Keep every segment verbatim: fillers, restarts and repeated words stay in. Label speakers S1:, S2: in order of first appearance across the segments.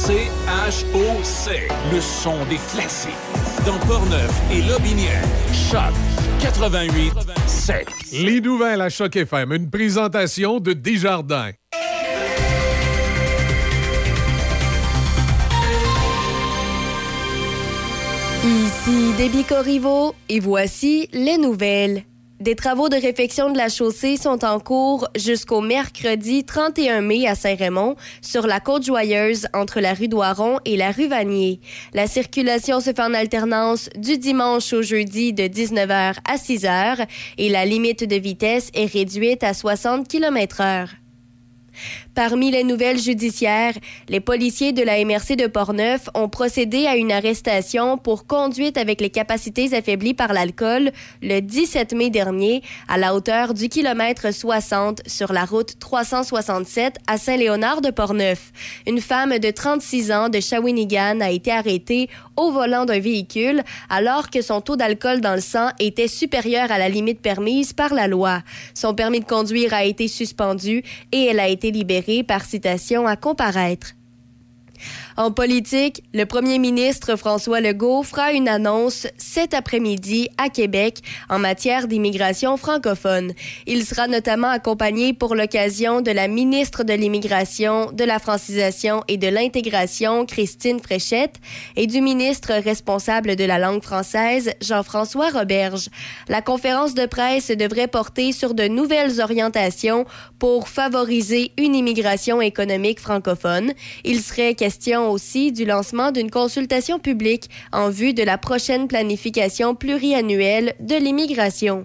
S1: C H O C, le son des classiques. Dans Portneuf et Lobinière, Choc quatre-vingt-huit sept.
S2: Les nouvelles à Choc F M, une présentation de Desjardins.
S3: Ici Déby Corriveau et voici les nouvelles. Des travaux de réfection de la chaussée sont en cours jusqu'au mercredi trente et un mai à Saint-Raymond, sur la Côte-Joyeuse, entre la rue Doiron et la rue Vanier. La circulation se fait en alternance du dimanche au jeudi de dix-neuf heures à six heures et la limite de vitesse est réduite à soixante kilomètres heure. Parmi les nouvelles judiciaires, les policiers de la M R C de Portneuf ont procédé à une arrestation pour conduite avec les capacités affaiblies par l'alcool le dix-sept mai dernier à la hauteur du kilomètre soixante sur la route trois cent soixante-sept à Saint-Léonard de Portneuf. Une femme de trente-six ans de Shawinigan a été arrêtée au volant d'un véhicule alors que son taux d'alcool dans le sang était supérieur à la limite permise par la loi. Son permis de conduire a été suspendu et elle a été libérée par citation à comparaître. En politique, le premier ministre François Legault fera une annonce cet après-midi à Québec en matière d'immigration francophone. Il sera notamment accompagné pour l'occasion de la ministre de l'Immigration, de la Francisation et de l'Intégration, Christine Fréchette, et du ministre responsable de la langue française, Jean-François Roberge. La conférence de presse devrait porter sur de nouvelles orientations pour favoriser une immigration économique francophone. Il serait question aussi du lancement d'une consultation publique en vue de la prochaine planification pluriannuelle de l'immigration.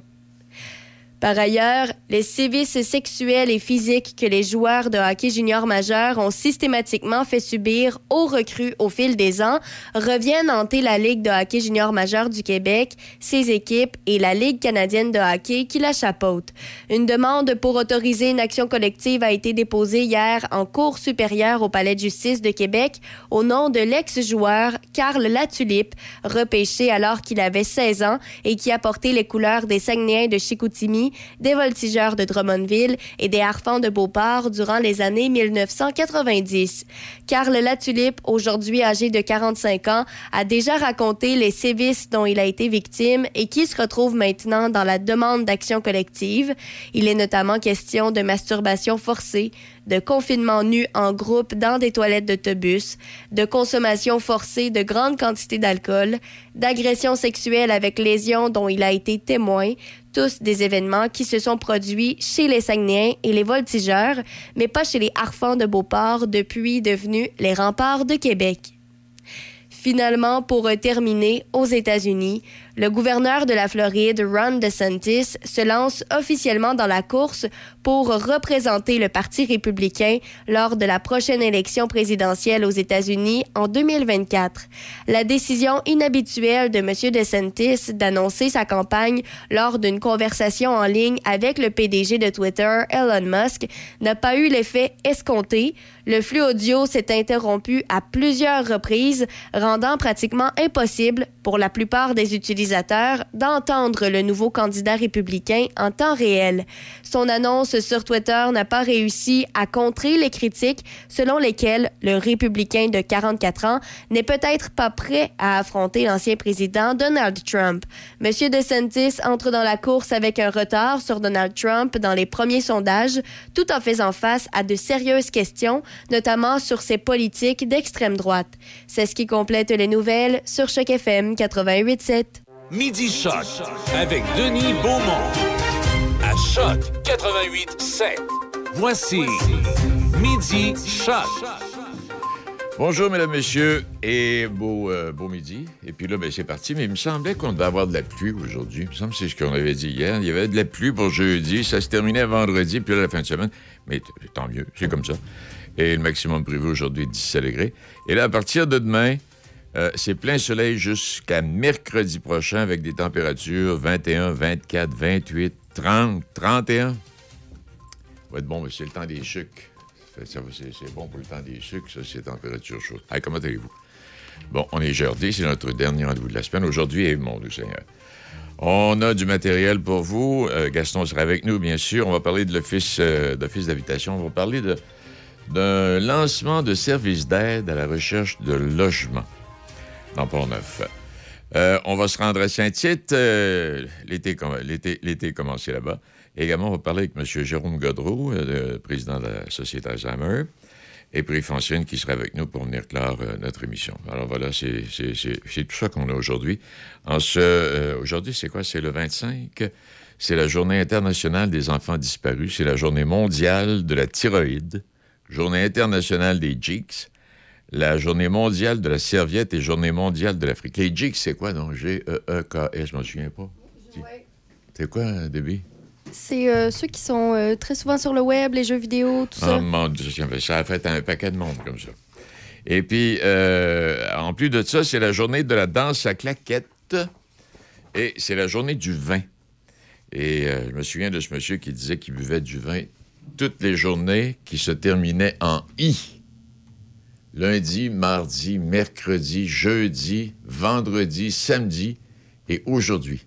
S3: Par ailleurs, les sévices sexuels et physiques que les joueurs de hockey junior majeur ont systématiquement fait subir aux recrues au fil des ans reviennent hanter la Ligue de hockey junior majeur du Québec, ses équipes et la Ligue canadienne de hockey qui la chapeaute. Une demande pour autoriser une action collective a été déposée hier en Cour supérieure au Palais de justice de Québec au nom de l'ex-joueur Carl Latulippe, repêché alors qu'il avait seize ans et qui a porté les couleurs des Saguenayens de Chicoutimi, des Voltigeurs de Drummondville et des Harfans de Beauport durant les années dix-neuf cent quatre-vingt-dix. Carl Latulippe, aujourd'hui âgé de quarante-cinq ans, a déjà raconté les sévices dont il a été victime et qui se retrouve maintenant dans la demande d'action collective. Il est notamment question de masturbation forcée, de confinement nu en groupe dans des toilettes d'autobus, de consommation forcée de grandes quantités d'alcool, d'agressions sexuelles avec lésions dont il a été témoin, tous des événements qui se sont produits chez les Saguenayens et les Voltigeurs, mais pas chez les Harfans de Beauport, depuis devenus les Remparts de Québec. Finalement, pour terminer, aux États-Unis, le gouverneur de la Floride, Ron DeSantis, se lance officiellement dans la course pour représenter le Parti républicain lors de la prochaine élection présidentielle aux États-Unis en deux mille vingt-quatre. La décision inhabituelle de M. DeSantis d'annoncer sa campagne lors d'une conversation en ligne avec le P D G de Twitter, Elon Musk, n'a pas eu l'effet escompté. Le flux audio s'est interrompu à plusieurs reprises, rendant pratiquement impossible pour la plupart des utilisateurs d'entendre le nouveau candidat républicain en temps réel. Son annonce sur Twitter n'a pas réussi à contrer les critiques selon lesquelles le républicain de quarante-quatre ans n'est peut-être pas prêt à affronter l'ancien président Donald Trump. M. DeSantis entre dans la course avec un retard sur Donald Trump dans les premiers sondages, tout en faisant face à de sérieuses questions, notamment sur ses politiques d'extrême droite. C'est ce qui complète les nouvelles sur Choc F M quatre-vingt-huit sept.
S1: Midi Choc avec Denis Beaumont à Choc quatre-vingt-huit sept. Voici Midi Choc.
S4: Bonjour, mesdames, messieurs, et beau, euh, beau midi. Et puis là, ben, c'est parti, mais il me semblait qu'on devait avoir de la pluie aujourd'hui. Il me semble que c'est ce qu'on avait dit hier. Il y avait de la pluie pour jeudi, ça se terminait vendredi, puis là, la fin de semaine. Mais t- tant mieux, c'est comme ça. Et le maximum prévu aujourd'hui, dix-sept degrés. Et là, à partir de demain, euh, c'est plein soleil jusqu'à mercredi prochain avec des températures vingt et un, vingt-quatre, vingt-huit, trente, trente et un. Ça va être bon, mais c'est le temps des sucres. Ça, c'est, c'est bon pour le temps des sucres, ça, c'est température chaude. Hey, comment allez-vous? Bon, on est jeudi, c'est notre dernier rendez-vous de la semaine. Aujourd'hui, eh, mon Dieu Seigneur. On a du matériel pour vous. Euh, Gaston sera avec nous, bien sûr. On va parler de l'office, euh, d'office d'habitation. On va parler de, d'un lancement de services d'aide à la recherche de logement dans Port-Neuf. Euh, on va se rendre à Saint-Tite. Euh, l'été, l'été, l'été est commencé là-bas. Également, on va parler avec M. Jérôme Godreau, euh, le président de la Société Alzheimer, et puis Francine qui sera avec nous pour venir clore euh, notre émission. Alors voilà, c'est, c'est, c'est, c'est tout ça qu'on a aujourd'hui. En ce, euh, aujourd'hui, c'est quoi? C'est le vingt-cinq. C'est la Journée internationale des enfants disparus. C'est la Journée mondiale de la thyroïde. Journée internationale des G I C S. La Journée mondiale de la serviette et Journée mondiale de l'Afrique. Les G I C S, c'est quoi, donc? G E E K S, je m'en souviens pas.
S3: Ouais.
S4: C'est quoi, Debbie?
S3: C'est euh, ceux qui sont euh, très souvent sur le web, les jeux vidéo, tout ça.
S4: Oh mon Dieu, ça a fait un paquet de monde comme ça. Et puis, euh, en plus de ça, c'est la journée de la danse à claquettes et c'est la journée du vin. Et euh, je me souviens de ce monsieur qui disait qu'il buvait du vin toutes les journées qui se terminaient en « i ». Lundi, mardi, mercredi, jeudi, vendredi, samedi et aujourd'hui.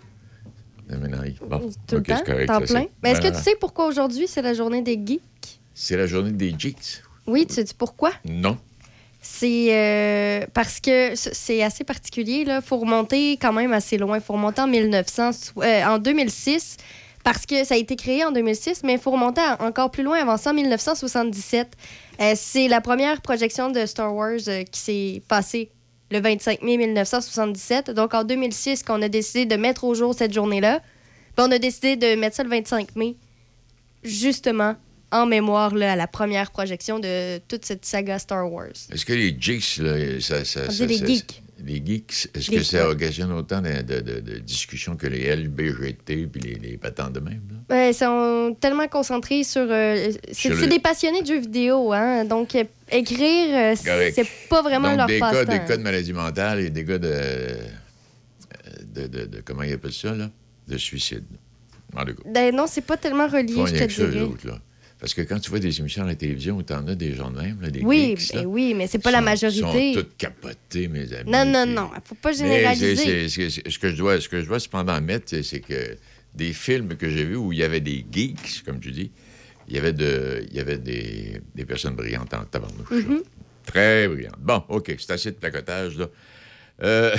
S4: Bon,
S3: tout le temps,
S4: correct,
S3: temps
S4: ça,
S3: plein.
S4: c'est...
S3: Mais est-ce
S4: voilà.
S3: que tu sais pourquoi aujourd'hui, c'est la journée des geeks?
S4: C'est la journée des G I C S?
S3: Oui, tu sais pourquoi?
S4: Non.
S3: C'est euh, parce que c'est assez particulier. Il faut remonter quand même assez loin. Il faut remonter en, mille neuf cents, euh, en deux mille six, parce que ça a été créé en deux mille six, mais il faut remonter à, encore plus loin, avant ça, en mille neuf cent soixante-dix-sept. Euh, c'est la première projection de Star Wars euh, qui s'est passée le vingt-cinq mai mille neuf cent soixante-dix-sept. Donc, en deux mille six, qu'on a décidé de mettre au jour cette journée-là, puis on a décidé de mettre ça le vingt-cinq mai, justement, en mémoire là, à la première projection de toute cette saga Star Wars.
S4: Est-ce que les geeks, là, ça... ça,
S3: On
S4: ça
S3: dit
S4: ça,
S3: les geeks.
S4: Les geeks, est-ce
S3: Les
S4: que ça
S3: geeks.
S4: occasionne autant de, de, de, de discussions que les L B G T puis les, les patentes de même? Là?
S3: Ouais, ils sont tellement concentrés sur... Euh, c'est,
S4: Sur
S3: c'est
S4: le-
S3: des passionnés de jeux vidéo, hein? Donc, euh, écrire, euh,
S4: Correct.
S3: c'est pas vraiment
S4: Donc,
S3: leur
S4: des cas,
S3: passe-temps.
S4: des cas de maladie mentale et des cas de, de, de, de... Comment ils appellent ça, là? De suicide. En tout cas.
S3: Ben non, c'est pas tellement relié,
S4: Ils font
S3: je
S4: rien
S3: te
S4: que ça, eux
S3: dirais.
S4: autres, là. Parce que quand tu vois des émissions à la télévision où t'en as des gens de même, là, des
S3: Oui,
S4: geeks,
S3: ben
S4: là,
S3: oui, mais c'est pas
S4: sont-
S3: la majorité.
S4: Ils sont tous capotés, mes amis.
S3: Non, non,
S4: puis-
S3: non, faut pas
S4: Mais
S3: généraliser.
S4: c'est- c'est- c'est- ce, que je dois, ce que je dois cependant mettre, c'est, c'est que des films que j'ai vus où il y avait des geeks, comme tu dis, il y avait, de, il y avait des, des personnes brillantes en tabarnouche. là.
S3: Mhm.
S4: Très brillantes. Bon, OK, c'est assez de placotage, là. Euh,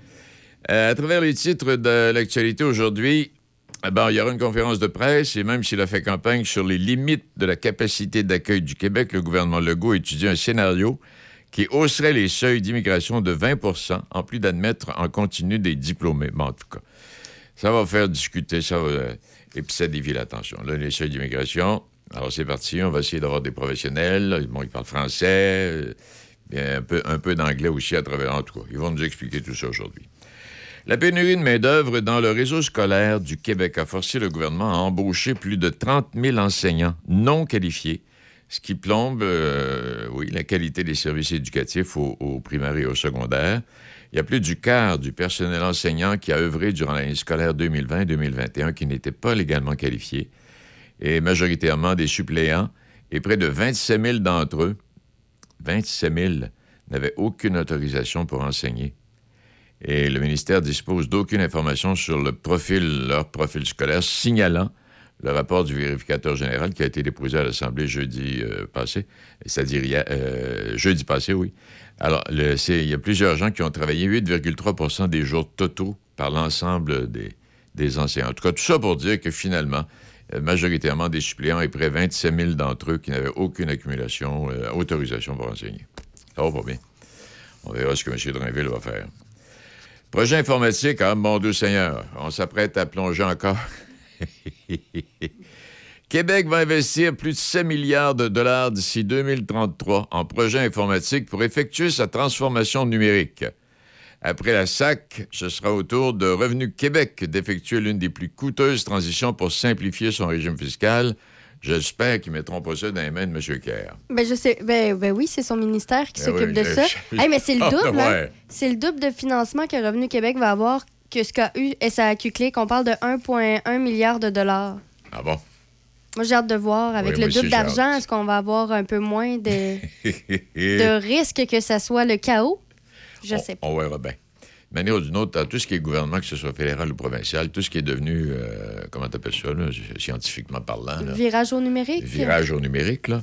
S4: à travers les titres de l'actualité aujourd'hui, eh ben, il y aura une conférence de presse et même s'il a fait campagne sur les limites de la capacité d'accueil du Québec, le gouvernement Legault étudie un scénario qui hausserait les seuils d'immigration de vingt pour cent, en plus d'admettre en continu des diplômés. Bon, en tout cas, ça va faire discuter, ça va... euh, et puis ça dévie l'attention. Là, les seuils d'immigration, alors c'est parti, on va essayer d'avoir des professionnels. Bon, ils parlent français, euh, bien, un peu, un peu d'anglais aussi à travers... En tout cas, ils vont nous expliquer tout ça aujourd'hui. La pénurie de main-d'œuvre dans le réseau scolaire du Québec a forcé le gouvernement à embaucher plus de trente mille enseignants non qualifiés, ce qui plombe, euh, oui, la qualité des services éducatifs au, au primaire et au secondaire. Il y a plus du quart du personnel enseignant qui a œuvré durant l'année scolaire deux mille vingt deux mille vingt et un qui n'était pas légalement qualifié, et majoritairement des suppléants, et près de vingt-sept mille d'entre eux, vingt-sept mille, n'avaient aucune autorisation pour enseigner. Et le ministère dispose d'aucune information sur le profil, leur profil scolaire, signalant le rapport du vérificateur général qui a été déposé à l'Assemblée jeudi euh, passé, c'est-à-dire hier, euh, jeudi passé, oui. Alors, le, c'est, il y a plusieurs gens qui ont travaillé huit virgule trois pour cent des jours totaux par l'ensemble des, des enseignants. En tout cas, tout ça pour dire que finalement, euh, majoritairement des suppléants et près de vingt-sept mille d'entre eux qui n'avaient aucune accumulation, euh, autorisation pour enseigner. Ça va pas bien. On verra ce que M. Drainville va faire. Projet informatique, ah, mon Dieu Seigneur, on s'apprête à plonger encore. Québec va investir plus de sept milliards de dollars d'ici deux mille trente-trois en projet informatique pour effectuer sa transformation numérique. Après la S A C, ce sera au tour de Revenu Québec d'effectuer l'une des plus coûteuses transitions pour simplifier son régime fiscal. J'espère qu'ils ne mettront pas ça dans les mains de M. Kerr.
S3: Ben, je sais. Ben, ben oui, c'est son ministère qui
S4: Ben
S3: s'occupe
S4: oui,
S3: de
S4: je-
S3: ça.
S4: je-
S3: Hey, mais c'est le
S4: Ah,
S3: double,
S4: ouais.
S3: hein? C'est le double de financement que Revenu Québec va avoir que ce qu'a eu S A Q Clic. On parle de un virgule un milliard de dollars.
S4: Ah bon?
S3: Moi, j'ai hâte de voir. Avec
S4: Oui,
S3: le
S4: moi
S3: double
S4: aussi, j'ai
S3: d'argent,
S4: hâte.
S3: est-ce qu'on va avoir un peu moins de, de risque que ça soit le chaos? Je
S4: on,
S3: sais pas.
S4: On verra bien. De manière ou d'une autre, dans tout ce qui est gouvernement, que ce soit fédéral ou provincial, tout ce qui est devenu, euh, comment t'appelles ça, là, scientifiquement parlant, là,
S3: Virage au numérique?
S4: virage au numérique, là,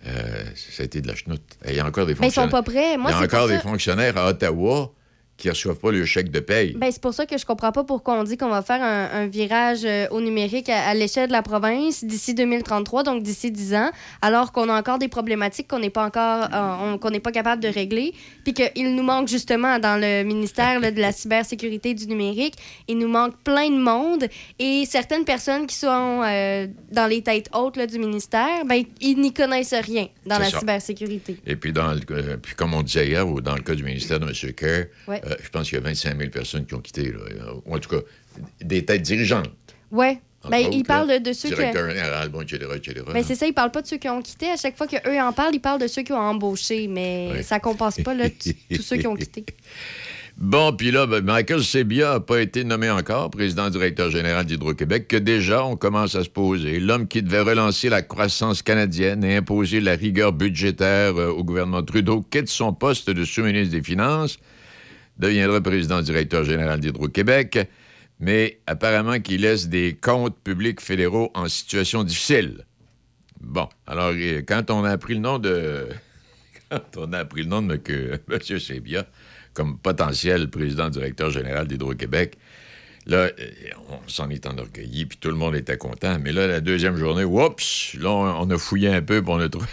S4: euh, ça a été de la chenoute. Il y a encore des
S3: Mais ils sont
S4: fonctionnaires...
S3: pas prêts. Moi,
S4: Il y a
S3: c'est
S4: encore
S3: pour
S4: des
S3: ça...
S4: fonctionnaires à Ottawa qui ne reçoivent pas le chèque de paye.
S3: Ben, c'est pour ça que je comprends pas pourquoi on dit qu'on va faire un, un virage euh, au numérique à, à l'échelle de la province d'ici deux mille trente-trois, donc d'ici dix ans, alors qu'on a encore des problématiques qu'on n'est pas encore euh, on- qu'on n'est pas capable de régler, puis qu'il nous manque justement dans le ministère là, de la cybersécurité et du numérique, il nous manque plein de monde et certaines personnes qui sont euh, dans les têtes hautes là, du ministère, ben, ils n'y connaissent rien dans
S4: C'est
S3: la
S4: ça.
S3: cybersécurité.
S4: Et puis, dans le, euh, puis comme on disait hier, ou dans le cas du ministère de M. Kerr,
S3: Ouais.
S4: euh, je pense qu'il y a vingt-cinq mille personnes qui ont quitté, là, euh, ou en tout cas, des têtes dirigeantes.
S3: Ouais.
S4: entre
S3: Ben,
S4: autres,
S3: il parle
S4: là,
S3: de, de ceux que...
S4: directeur général, bon, et cetera, et cetera.
S3: Ben, c'est ça, ils parlent pas de ceux qui ont quitté. À chaque fois qu'eux en parlent, ils parlent de ceux qui ont embauché, mais
S4: Ouais.
S3: ça compense pas là, t- tous ceux qui ont quitté.
S4: Bon, puis là, ben, Michael Sebia n'a pas été nommé encore président-directeur général d'Hydro-Québec, que déjà, on commence à se poser. L'homme qui devait relancer la croissance canadienne et imposer la rigueur budgétaire euh, au gouvernement Trudeau quitte son poste de sous-ministre des Finances, deviendra président-directeur général d'Hydro-Québec, mais apparemment qu'il laisse des comptes publics fédéraux en situation difficile. Bon, alors, euh, quand on a appris le nom de... quand on a appris le nom de M. Sebia comme potentiel président-directeur général d'Hydro-Québec, là, euh, on s'en est enorgueilli, puis tout le monde était content. Mais là, la deuxième journée, oups, là, on, on a fouillé un peu, puis on a trouvé...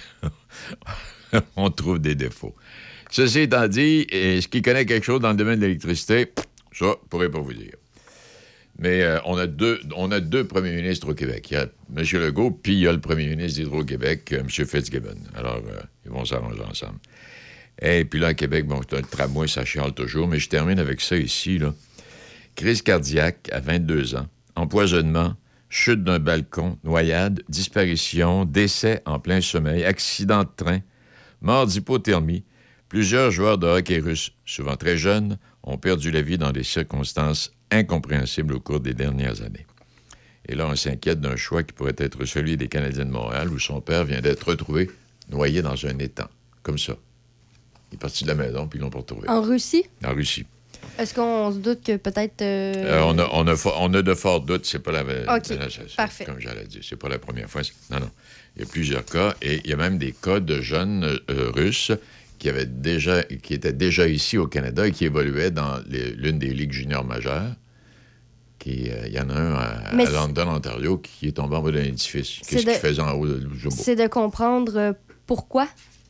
S4: on trouve des défauts. Ceci étant dit, est-ce qu'il connaît quelque chose dans le domaine de l'électricité? Ça, je ne pourrais pas vous dire. Mais euh, on, a deux, on a deux premiers ministres au Québec. Il y a M. Legault, puis il y a le premier ministre d'Hydro-Québec, euh, M. Fitzgibbon. Alors, euh, ils vont s'arranger ensemble. Et puis là, à Québec, bon, le tramway, ça chiale toujours, mais je termine avec ça ici, là. Crise cardiaque à vingt-deux ans, empoisonnement, chute d'un balcon, noyade, disparition, décès en plein sommeil, accident de train, mort d'hypothermie. Plusieurs joueurs de hockey russe, souvent très jeunes, ont perdu la vie dans des circonstances incompréhensibles au cours des dernières années. Et là, on s'inquiète d'un choix qui pourrait être celui des Canadiens de Montréal, où son père vient d'être retrouvé noyé dans un étang, comme ça. Il est parti de la maison, puis ils l'ont pas retrouvé.
S3: En Russie?
S4: En Russie.
S3: Est-ce qu'on se doute que peut-être... euh,
S4: Euh, on, a, on, a, fo- on a de forts doutes, c'est pas la...
S3: OK,
S4: c'est- c'est-
S3: parfait.
S4: Comme j'allais dire, c'est pas la première fois. c'est- Non, non. Il y a plusieurs cas, et il y a même des cas de jeunes euh, Russes qui, avaient déjà, qui étaient déjà ici au Canada et qui évoluaient dans les- l'une des ligues juniors majeures. Qui, euh, il y en a un à,
S3: Mais
S4: à
S3: c'est-
S4: London, Ontario, qui est tombé en bas d'un édifice.
S3: C'est
S4: Qu'est-ce
S3: de-
S4: qu'il faisait en haut du jumbo?
S3: C'est de comprendre euh, pourquoi.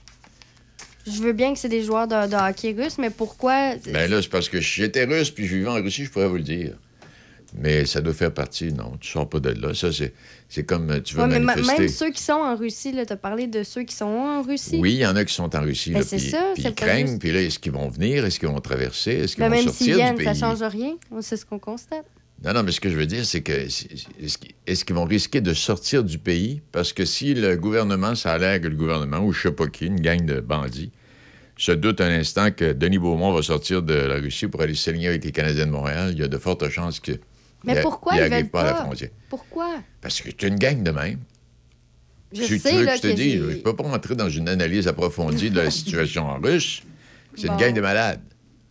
S3: Je veux bien que c'est des joueurs de, de hockey russe, mais pourquoi...
S4: Ben là, c'est parce que si j'étais russe puis je vivais en Russie, je pourrais vous le dire. Mais ça doit faire partie, non, tu sors pas de là. Ça, c'est, c'est comme euh, tu veux
S3: Ouais, mais ma-
S4: manifester.
S3: même ceux qui sont en Russie, tu as parlé de ceux qui sont en Russie.
S4: Oui, il y en a qui sont en Russie.
S3: Ben,
S4: là,
S3: c'est
S4: puis,
S3: ça,
S4: puis
S3: c'est
S4: ils
S3: pas
S4: craignent,
S3: juste-
S4: puis là, est-ce qu'ils vont venir? Est-ce qu'ils vont traverser? Est-ce qu'ils
S3: Mais
S4: vont
S3: même s'ils
S4: sortir
S3: viennent,
S4: du
S3: ça
S4: pays?
S3: change rien. C'est ce qu'on constate.
S4: Non, non, mais ce que je veux dire, c'est que c'est- est-ce qu'ils, est-ce qu'ils vont risquer de sortir du pays? Parce que si le gouvernement, ça a l'air que le gouvernement, ou je sais pas qui, une gang de bandits, se doute un instant que Denis Beaumont va sortir de la Russie pour aller s'aligner avec les Canadiens de Montréal, il y a de fortes chances que
S3: Mais
S4: il
S3: pourquoi
S4: il
S3: ils
S4: arrive
S3: veulent
S4: pas à la
S3: pas?
S4: frontière.
S3: Pourquoi?
S4: Parce que c'est une gang de même.
S3: Je
S4: si
S3: sais,
S4: tu veux
S3: là,
S4: que je te
S3: que
S4: dise,
S3: j'ai-
S4: je ne peux pas rentrer dans une analyse approfondie de la situation en russe. C'est
S3: Bon.
S4: une gang de malades.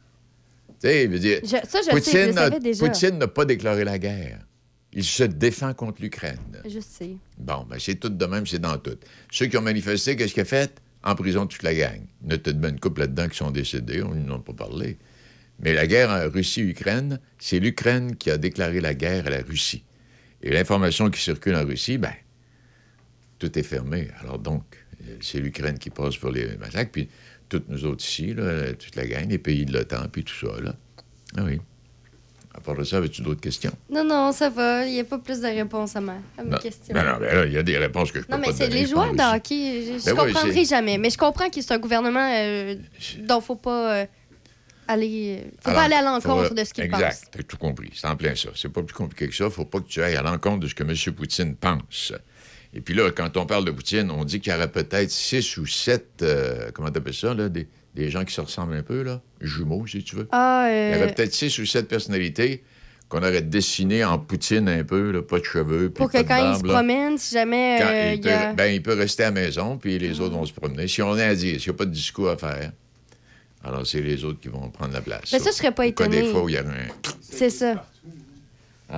S4: Tu sais, il veut dire...
S3: Je- ça, je sais, je
S4: Poutine,
S3: le
S4: n'a-
S3: savais déjà.
S4: Poutine n'a pas déclaré la guerre. Il se défend contre l'Ukraine.
S3: Je sais.
S4: Bon, ben c'est tout de même, c'est dans tout. Ceux qui ont manifesté, qu'est-ce qu'il a fait? En prison toute la gang. Il y en a peut-être bien une couple là-dedans qui sont décédés, on n'en a pas parlé. Mais la guerre en Russie-Ukraine, c'est l'Ukraine qui a déclaré la guerre à la Russie. Et l'information qui circule en Russie, ben, tout est fermé. Alors donc, euh, c'est l'Ukraine qui passe pour les massacres, puis toutes nous autres ici, là, toute la gang, les pays de l'OTAN, puis tout ça, là. Ah oui. À part de ça, avais-tu d'autres questions?
S3: Non, non, ça va. Il n'y a pas plus de réponses à, ma, à mes
S4: Non.
S3: questions.
S4: Ben non, ben là, il y a des réponses que je peux
S3: Non,
S4: pas
S3: mais
S4: te
S3: c'est
S4: donner,
S3: les
S4: je
S3: joueurs
S4: pense
S3: de
S4: aussi.
S3: hockey. Je, je
S4: Ben oui,
S3: comprendrai
S4: c'est-
S3: jamais. Mais je comprends que c'est un gouvernement euh, dont il ne faut pas euh, aller. faut
S4: Alors,
S3: pas aller à l'encontre
S4: faut-
S3: de ce qu'il
S4: exact,
S3: pense.
S4: t'as tout compris. C'est en plein ça. C'est pas plus compliqué que ça. Faut pas que tu ailles à l'encontre de ce que M. Poutine pense. Et puis là, quand on parle de Poutine, on dit qu'il y aurait peut-être six ou sept, euh, comment t'appelles ça, là, des, des gens qui se ressemblent un peu, là, jumeaux, si tu veux.
S3: Ah,
S4: Il y
S3: euh,
S4: aurait peut-être six ou sept personnalités qu'on aurait dessinées en Poutine un peu, là, pas de cheveux, puis
S3: pour
S4: pas
S3: que
S4: de
S3: quand il
S4: barbe,
S3: se
S4: là.
S3: promène, si jamais
S4: Quand
S3: euh,
S4: il,
S3: il
S4: peut,
S3: y a...
S4: ben, il peut rester à la maison, puis les autres vont se promener. Si on a à dire, s'il n'y a pas de discours à faire, alors c'est les autres qui vont prendre la place.
S3: Mais ça, je serais pas
S4: Au cas des
S3: étonnée.
S4: fois où il y a un...
S3: C'est ça.
S4: Hein?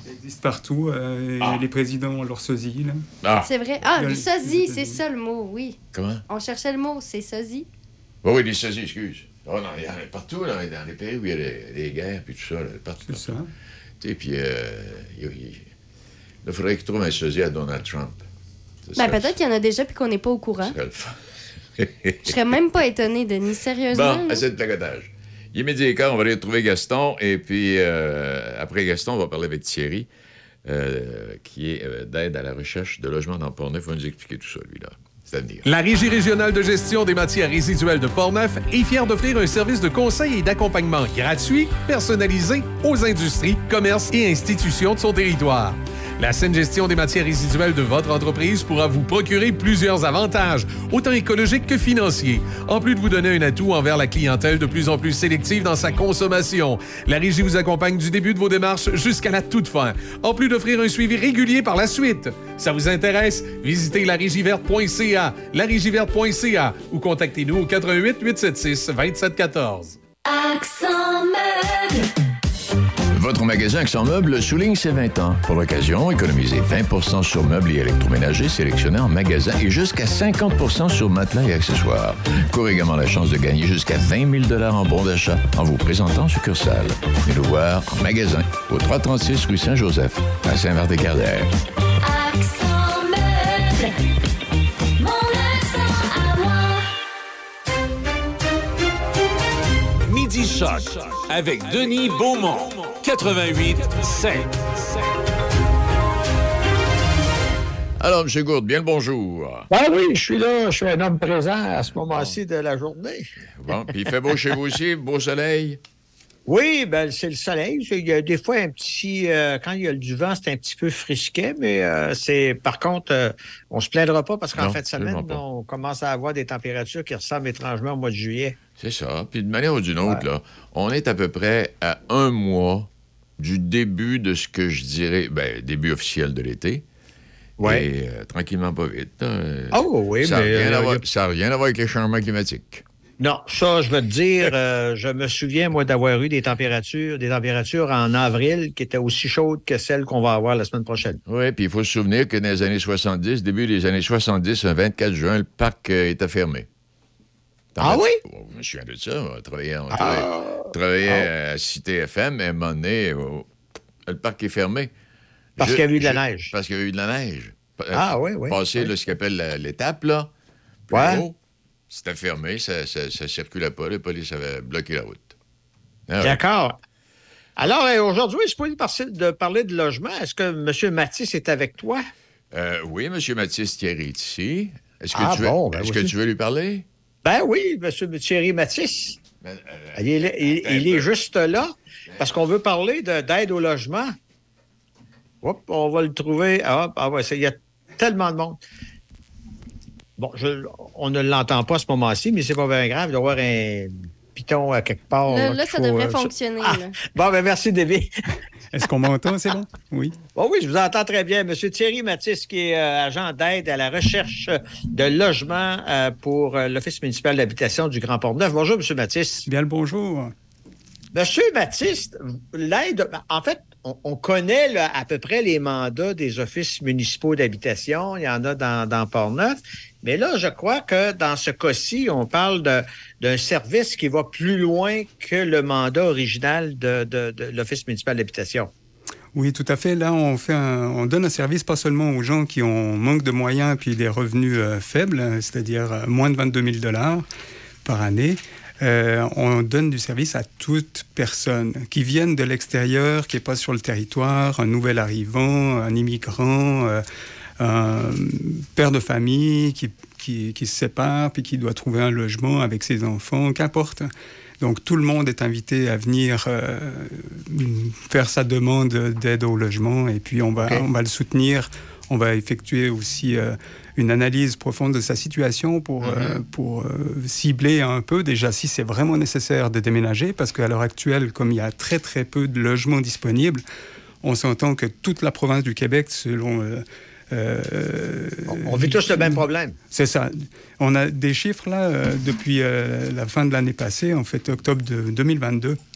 S5: Ça existe partout. Euh,
S4: Ah.
S5: Les présidents ont leur sosie. Là.
S4: Ah,
S3: C'est vrai. Ah,
S5: Le-
S3: le sosie,
S5: le-
S3: c'est ça le mot, oui.
S4: comment?
S3: On cherchait le mot, c'est sosie.
S4: Oui, oui, des sosies, excuse. Oh non, il y en a partout, là, dans les pays où il y a les, les guerres, puis tout ça, là, partout.
S5: C'est ça.
S4: Tu sais, puis, euh, il, il, il faudrait qu'il trouve un sosie à Donald Trump. Ça
S3: Ben,
S4: serait-
S3: peut-être qu'il y en a déjà puis qu'on n'est pas au courant.
S4: ça serait le fun.
S3: Je serais même pas étonnée, Denis, sérieusement.
S4: Bon,
S3: là.
S4: assez de placotage. Il est midi et quart, on va aller retrouver Gaston, et puis euh, après Gaston, on va parler avec Thierry, euh, qui est euh, d'aide à la recherche de logements dans Port-Neuf. Il va nous expliquer tout ça, lui, là. C'est à venir.
S2: La Régie régionale de gestion des matières résiduelles de Portneuf est fière d'offrir un service de conseil et d'accompagnement gratuit, personnalisé aux industries, commerces et institutions de son territoire. La saine gestion des matières résiduelles de votre entreprise pourra vous procurer plusieurs avantages, autant écologiques que financiers, en plus de vous donner un atout envers la clientèle de plus en plus sélective dans sa consommation. La Régie vous accompagne du début de vos démarches jusqu'à la toute fin, en plus d'offrir un suivi régulier par la suite. Ça vous intéresse? Visitez la régie verte point c a, la régie verte point c a ou contactez-nous au quatre un huit, huit sept six, deux sept un quatre.
S6: Accent Meubles.
S4: Votre magasin Accent Meubles souligne ses vingt ans. Pour l'occasion, économisez vingt pour cent sur meubles et électroménagers sélectionnés en magasin et jusqu'à cinquante pour cent sur matelas et accessoires. Courez également la chance de gagner jusqu'à vingt mille dollars en bons d'achat en vous présentant en succursale. Venez nous voir en magasin au trois cent trente-six rue Saint-Joseph à Saint-Martin-Carrière.
S6: Accent Meubles. Mon accent à moi.
S1: Midi Choc avec Denis Beaumont, quatre-vingt-huit sept.
S4: Alors, M. Gourde, bien le bonjour.
S7: Ben oui, je suis là, je suis un homme présent à ce moment-ci de la journée.
S4: Bon, puis il fait beau chez vous aussi, beau soleil.
S7: Oui, ben c'est le soleil. Il y a des fois un petit... euh, quand il y a du vent, c'est un petit peu frisquet, mais euh, c'est... Par contre, euh, on se plaindra pas parce qu'en
S4: Non,
S7: fin de semaine,
S4: absolument pas.
S7: on commence à avoir des températures qui ressemblent étrangement au mois de juillet.
S4: C'est ça. Puis d'une manière ou d'une autre,
S7: Ouais.
S4: là, on est à peu près à un mois du début de ce que je dirais, ben, début officiel de l'été.
S7: Ouais.
S4: Et euh, tranquillement, pas vite. hein, euh,
S7: Oh oui,
S4: ça n'a
S7: mais...
S4: rien, à
S7: euh,
S4: voir-
S7: y a-
S4: ça a rien à voir avec les changements climatiques.
S7: Non, ça, je veux te dire, euh, je me souviens, moi, d'avoir eu des températures, des températures en avril qui étaient aussi chaudes que celles qu'on va avoir la semaine prochaine.
S4: Oui, puis il faut se souvenir que dans les années soixante-dix, début des années soixante-dix, un vingt-quatre juin, le parc euh, était fermé.
S7: Ah oui?
S4: Oh, je me souviens de ça. On travaillait, on travaillait, travaillait à Cité F M, et à un moment donné, oh, le parc est fermé.
S7: Parce
S4: Je-
S7: qu'il y a eu de la
S4: je-
S7: neige.
S4: Parce qu'il y a eu de la neige. Pa-
S7: Ah oui, oui.
S4: Passer
S7: oui.
S4: là, ce qu'on appelle la- l'étape, là, plus
S7: Ouais.
S4: haut, c'était fermé, ça ne circulait pas. La police avait bloqué la route. Ah ouais.
S7: D'accord. Alors, euh, aujourd'hui, je peux de parler de logement. Est-ce que M. Mathis est avec toi?
S4: Euh, oui, M. Mathis Thierry est ici. Est-ce que,
S7: Ah
S4: tu, veux,
S7: bon, ben
S4: est-ce que
S7: voici.
S4: tu veux lui parler?
S7: Ben oui, M. Thierry Mathis.
S4: Ben, euh,
S7: Il est, il-
S4: attends un
S7: il est
S4: peu.
S7: juste là parce qu'on veut parler de- d'aide au logement. Hop, on va le trouver. Ah, ah ouais, ça, il y a tellement de monde. Bon, je- on ne l'entend pas à ce moment-ci, mais c'est pas bien grave. Il doit y avoir un piton à quelque part.
S3: Là,
S7: là,
S3: là,
S7: qu'il
S3: ça
S7: faut,
S3: devrait
S7: euh,
S3: fonctionner.
S7: Ah,
S3: là.
S7: bon, ben merci, David.
S5: Est-ce qu'on m'entend? C'est bon? Oui.
S7: Bon, oui, je vous entends très bien. Monsieur Thierry Mathis, qui est euh, agent d'aide à la recherche de logement euh, pour euh, l'Office municipal d'habitation du Grand Port-Neuf. Bonjour, Monsieur Mathis.
S5: Bien le bonjour.
S7: Monsieur Mathis, l'aide, en fait, on, on connaît là, à peu près les mandats des offices municipaux d'habitation. Il y en a dans, dans Port-Neuf. Mais là, je crois que dans ce cas-ci, on parle de- d'un service qui va plus loin que le mandat original de, de- de l'Office municipal d'habitation.
S5: Oui, tout à fait. Là, on, fait un- on donne un service pas seulement aux gens qui ont manque de moyens puis des revenus euh, faibles, euh, c'est-à-dire euh, moins de vingt-deux mille dollars par année. Euh, on donne du service à toute personne qui vienne de l'extérieur, qui n'est pas sur le territoire, un nouvel arrivant, un immigrant, euh, un père de famille qui, qui, qui se sépare puis qui doit trouver un logement avec ses enfants, qu'importe. Donc, tout le monde est invité à venir euh, faire sa demande d'aide au logement et puis on va,
S7: OK.
S5: on va le soutenir. On va effectuer aussi euh, une analyse profonde de sa situation pour, euh, pour euh, cibler un peu déjà si c'est vraiment nécessaire de déménager parce qu'à l'heure actuelle, comme il y a très très peu de logements disponibles, on s'entend que toute la province du Québec, selon... Euh, euh,
S7: On, on vit tous le même problème.
S5: c'est ça. On a des chiffres là euh, depuis euh, la fin de l'année passée, en fait octobre de deux mille vingt-deux.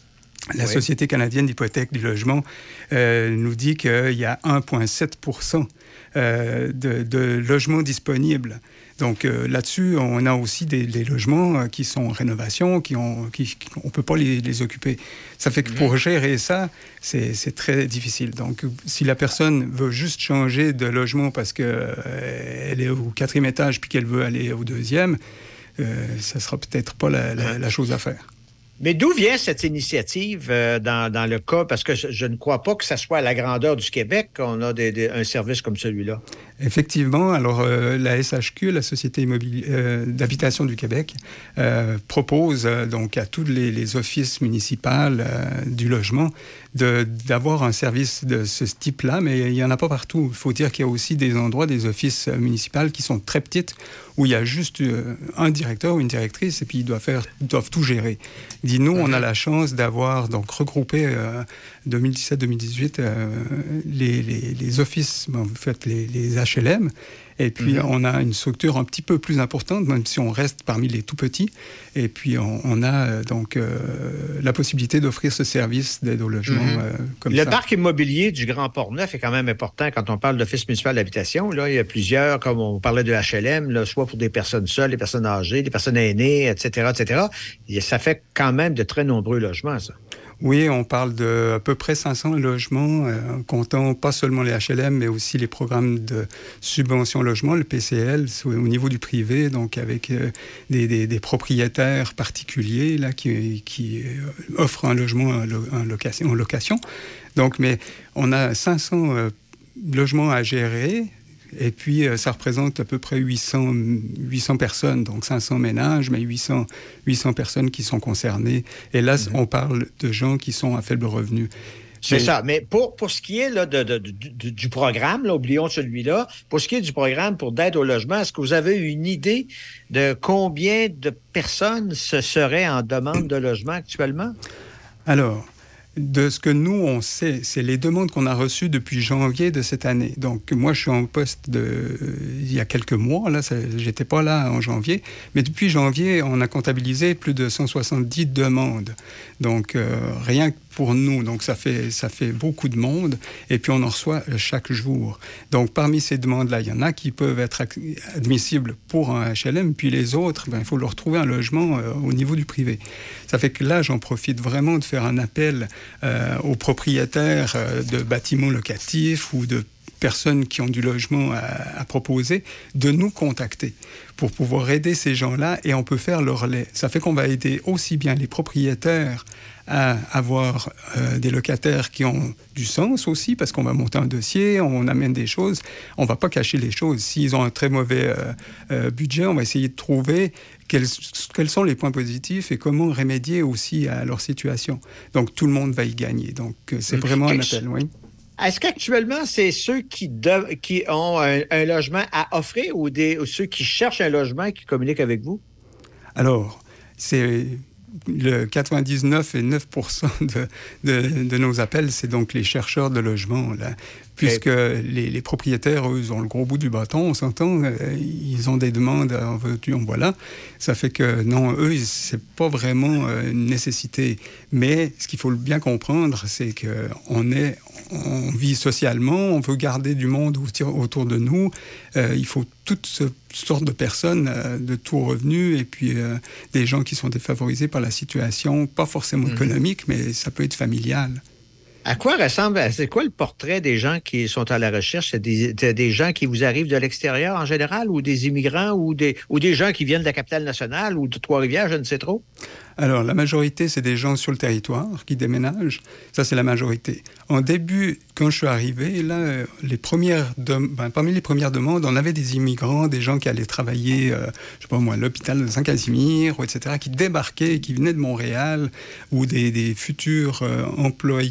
S5: La
S7: Oui.
S5: Société canadienne d'hypothèque du logement euh, nous dit qu'il y a un virgule sept pour cent euh, de, de logements disponibles. Donc euh, là-dessus, on a aussi des, des logements euh, qui sont en rénovation, qui ont, qui, qui, on ne peut pas les, les occuper. Ça fait que pour gérer ça, c'est, c'est très difficile. Donc si la personne veut juste changer de logement parce qu'elle euh, est au quatrième étage puis qu'elle veut aller au deuxième, euh, ça ne sera peut-être pas la, la, la chose à faire.
S7: Mais d'où vient cette initiative euh, dans, dans le cas? Parce que je, je ne crois pas que ça soit à la grandeur du Québec qu'on a des, des, un service comme celui-là.
S5: Effectivement. Alors, euh, la S H Q, la Société Immobili- euh, d'habitation du Québec, euh, propose euh, donc à tous les, les offices municipaux euh, du logement de, d'avoir un service de ce type-là, mais il n'y en a pas partout. Il faut dire qu'il y a aussi des endroits, des offices municipaux qui sont très petites, où il y a juste euh, un directeur ou une directrice, et puis ils doivent, faire, ils doivent tout gérer. Il dit, nous, on a la chance d'avoir donc regroupé euh, deux mille dix-sept deux mille dix-huit euh, les, les, les offices, en fait, les, les H L M, et puis mm-hmm. on a une structure un petit peu plus importante, même si on reste parmi les tout petits, et puis on, on a euh, donc euh, la possibilité d'offrir ce service d'aide au logement mm-hmm. euh, comme
S7: Le
S5: ça.
S7: Le parc immobilier du Grand Port-Neuf est quand même important quand on parle d'office municipal d'habitation. Là, il y a plusieurs, comme on parlait de H L M, là, soit pour des personnes seules, des personnes âgées, des personnes aînées, et cetera, et cetera. Et ça fait quand même de très nombreux logements, ça.
S5: Oui, on parle de à peu près cinq cents logements, euh, en comptant pas seulement les H L M, mais aussi les programmes de subvention logement, le P C L, au niveau du privé, donc avec euh, des, des, des propriétaires particuliers là, qui, qui euh, offrent un logement en, lo, en, location, en location. Donc, mais on a cinq cents euh, logements à gérer. Et puis, euh, ça représente à peu près huit cents, huit cents personnes, donc cinq cents ménages, mais huit cents, huit cents personnes qui sont concernées. Et là, mmh. on parle de gens qui sont à faible revenu.
S7: C'est
S5: mais...
S7: ça. Mais pour, pour ce qui est là, de, de, de, de, du programme, là, oublions celui-là, pour ce qui est du programme pour d'aide au logement, est-ce que vous avez une idée de combien de personnes se seraient en demande de logement actuellement?
S5: Alors... De ce que nous, on sait, c'est les demandes qu'on a reçues depuis janvier de cette année. Donc, moi, je suis en poste de, il y a quelques mois, là, j'étais pas là en janvier, mais depuis janvier, on a comptabilisé plus de cent soixante-dix demandes. Donc, euh, rien que pour nous. Donc, ça fait, ça fait beaucoup de monde. Et puis, on en reçoit chaque jour. Donc, parmi ces demandes-là, il y en a qui peuvent être admissibles pour un H L M, puis les autres, ben, il faut leur trouver un logement euh, au niveau du privé. Ça fait que là, j'en profite vraiment de faire un appel euh, aux propriétaires euh, de bâtiments locatifs ou de personnes qui ont du logement à, à proposer, de nous contacter pour pouvoir aider ces gens-là, et on peut faire le relais. Ça fait qu'on va aider aussi bien les propriétaires à avoir euh, des locataires qui ont du sens aussi, parce qu'on va monter un dossier, on amène des choses, on ne va pas cacher les choses. S'ils ont un très mauvais euh, euh, budget, on va essayer de trouver quels, quels sont les points positifs et comment remédier aussi à leur situation. Donc, tout le monde va y gagner. Donc, c'est vraiment un appel, oui.
S7: Est-ce qu'actuellement, c'est ceux qui, de, qui ont un, un logement à offrir ou, des, ou ceux qui cherchent un logement qui communiquent avec vous?
S5: Alors, c'est le quatre-vingt-dix-neuf virgule neuf pour cent de, de, de nos appels, c'est donc les chercheurs de logement, là. Puisque okay. les, les propriétaires, eux, ils ont le gros bout du bâton, on s'entend, euh, ils ont des demandes, en veux-tu, en voilà. Ça fait que, non, eux, c'est pas vraiment euh, une nécessité. Mais ce qu'il faut bien comprendre, c'est qu'on est, on vit socialement, on veut garder du monde autour de nous. Euh, il faut toutes sortes de personnes euh, de tout revenu, et puis euh, des gens qui sont défavorisés par la situation, pas forcément mmh. économique, mais ça peut être familial.
S7: À quoi ressemble, c'est quoi le portrait des gens qui sont à la recherche? C'est des, des gens qui vous arrivent de l'extérieur en général, ou des immigrants, ou des, ou des gens qui viennent de la capitale nationale ou de Trois-Rivières, je ne sais trop?
S5: Alors, la majorité, c'est des gens sur le territoire qui déménagent. Ça, c'est la majorité. En début, quand je suis arrivé, là, les premières de... ben, parmi les premières demandes, on avait des immigrants, des gens qui allaient travailler, euh, je sais pas moi, à l'hôpital de Saint-Casimir, et cetera, qui débarquaient, qui venaient de Montréal, ou des, des futurs euh, employés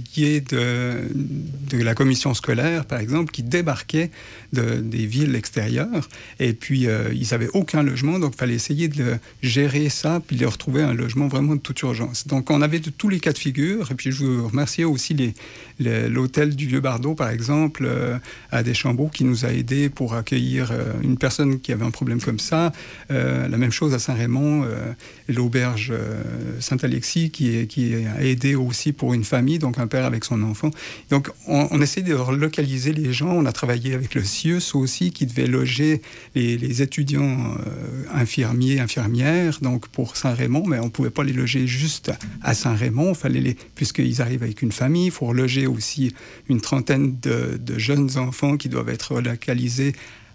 S5: de, de la commission scolaire, par exemple, qui débarquaient de, des villes extérieures. Et puis, euh, ils n'avaient aucun logement, donc il fallait essayer de gérer ça, puis de leur trouver un logement vraiment de toute urgence. Donc, on avait de tous les cas de figure. Et puis, je veux remercier aussi les, les, l'hôtel du Vieux-Bardeau, par exemple, euh, à Deschambault, qui nous a aidés pour accueillir euh, une personne qui avait un problème comme ça. Euh, la même chose à Saint-Raymond, euh, l'auberge euh, Saint-Alexis, qui, est, qui a aidé aussi pour une famille, donc un père avec son enfant. Donc, on, on essaie de relocaliser les gens. On a travaillé avec le C I U S aussi, qui devait loger les, les étudiants euh, infirmiers, infirmières, donc pour Saint-Raymond, mais on ne pouvait pas les loger juste à Saint-Raymond. Fallait les, puisqu'ils arrivent avec une famille, il faut loger aussi une trentaine de, de jeunes enfants qui doivent être relocalisés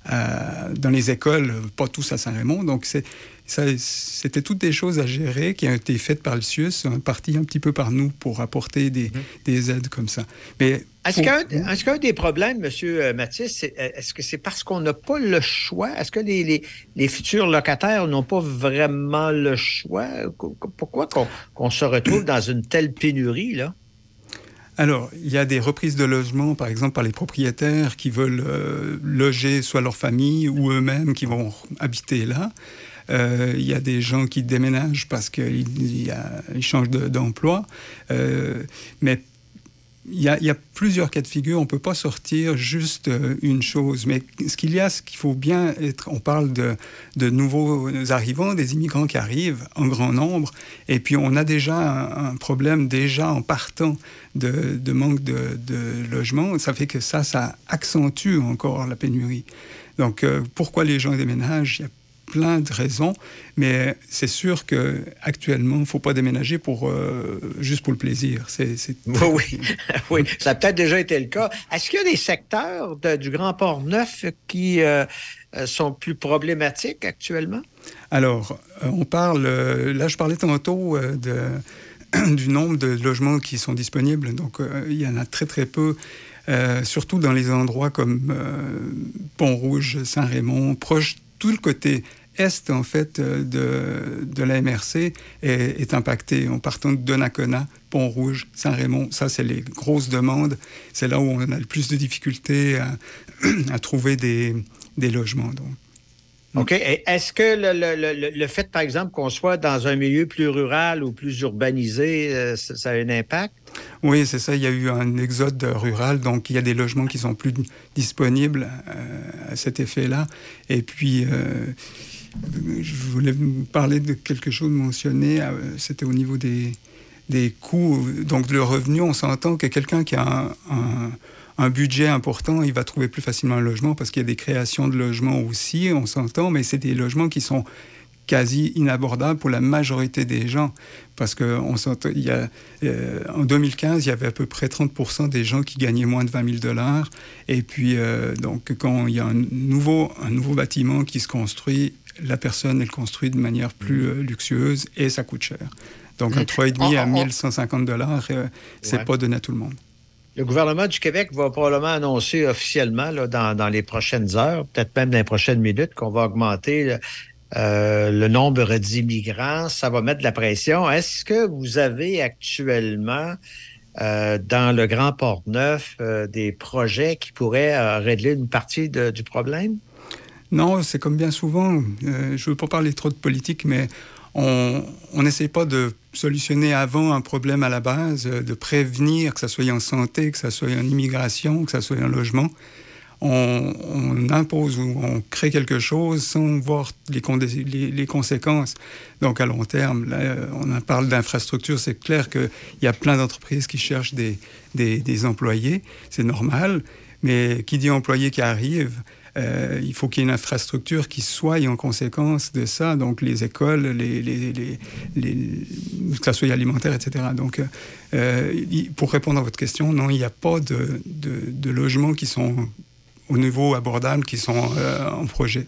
S5: euh, dans les écoles, pas tous à Saint-Raymond. Donc, c'est Ça, c'était toutes des choses à gérer qui ont été faites par le C I U S, parties un petit peu par nous pour apporter des, mmh. des aides comme ça. Mais
S7: est-ce, pour... qu'un, est-ce qu'un des problèmes, M. Mathis, c'est, est-ce que c'est parce qu'on n'a pas le choix? Est-ce que les, les, les futurs locataires n'ont pas vraiment le choix? Pourquoi qu'on, qu'on se retrouve dans une telle pénurie, là?
S5: Alors, il y a des reprises de logement, par exemple, par les propriétaires qui veulent euh, loger soit leur famille ou eux-mêmes qui vont habiter là. Euh, il y a des gens qui déménagent parce qu'ils ils changent de, d'emploi. Euh, mais il y, a, il y a plusieurs cas de figure. On ne peut pas sortir juste euh, une chose. Mais ce qu'il y a, ce qu'il faut bien être... On parle de, de nouveaux arrivants, des immigrants qui arrivent en grand nombre. Et puis, on a déjà un, un problème, déjà en partant de, de manque de, de logement. Ça fait que ça, ça accentue encore la pénurie. Donc, euh, pourquoi les gens déménagent? Il y a plein de raisons, mais c'est sûr qu'actuellement, il ne faut pas déménager pour, euh, juste pour le plaisir. C'est, c'est...
S7: Oui, oui, ça a peut-être déjà été le cas. Est-ce qu'il y a des secteurs de, du Grand Port-Neuf qui euh, sont plus problématiques actuellement?
S5: Alors, euh, on parle... Euh, là, je parlais tantôt euh, de, du nombre de logements qui sont disponibles. Donc, euh, il y en a très, très peu. Euh, surtout dans les endroits comme euh, Pont-Rouge, Saint-Raymond, proche, tout le côté est, en fait, de, de la M R C est, est impacté. En partant de Donnacona, Pont-Rouge, Saint-Raymond, ça, c'est les grosses demandes. C'est là où on a le plus de difficultés à, à trouver des, des logements. Donc.
S7: OK. Et est-ce que le, le, le, le fait, par exemple, qu'on soit dans un milieu plus rural ou plus urbanisé, euh, ça, ça a un impact?
S5: Oui, c'est ça. Il y a eu un exode rural, donc il y a des logements qui sont plus disponibles euh, à cet effet-là. Et puis, euh, je voulais vous parler de quelque chose mentionné. Euh, c'était au niveau des, des coûts. Donc, le revenu, on s'entend que quelqu'un qui a un, un, un budget important, il va trouver plus facilement un logement parce qu'il y a des créations de logements aussi, on s'entend, mais c'est des logements qui sont quasi inabordable pour la majorité des gens. Parce qu'en euh, deux mille quinze, il y avait à peu près trente pour cent des gens qui gagnaient moins de vingt mille dollars. Et puis, euh, donc, quand il y a un nouveau, un nouveau bâtiment qui se construit, la personne, elle construit de manière plus euh, luxueuse et ça coûte cher. Donc, un trois virgule cinq à mille cent cinquante dollars, euh, c'est ouais. pas donné à tout le monde.
S7: Le gouvernement du Québec va probablement annoncer officiellement là, dans, dans les prochaines heures, peut-être même dans les prochaines minutes, qu'on va augmenter le, euh, le nombre d'immigrants. Ça va mettre de la pression. Est-ce que vous avez actuellement, euh, dans le Grand Port-Neuf, euh, des projets qui pourraient euh, régler une partie de, du problème?
S5: Non, c'est comme bien souvent. Euh, je ne veux pas parler trop de politique, mais on n'essaie pas de solutionner avant un problème à la base, de prévenir, que ça soit en santé, que ça soit en immigration, que ça soit en logement. On, on impose ou on crée quelque chose sans voir les, condé- les, les conséquences. Donc, à long terme, là, on en parle d'infrastructure. C'est clair qu'il y a plein d'entreprises qui cherchent des, des, des employés. C'est normal. Mais qui dit employé qui arrive, Euh, il faut qu'il y ait une infrastructure qui soit en conséquence de ça, donc les écoles, les, les, les, les, que ça soit alimentaire, et cetera. Donc, euh, pour répondre à votre question, non, il n'y a pas de, de, de logements qui sont au niveau abordable, qui sont euh, en projet.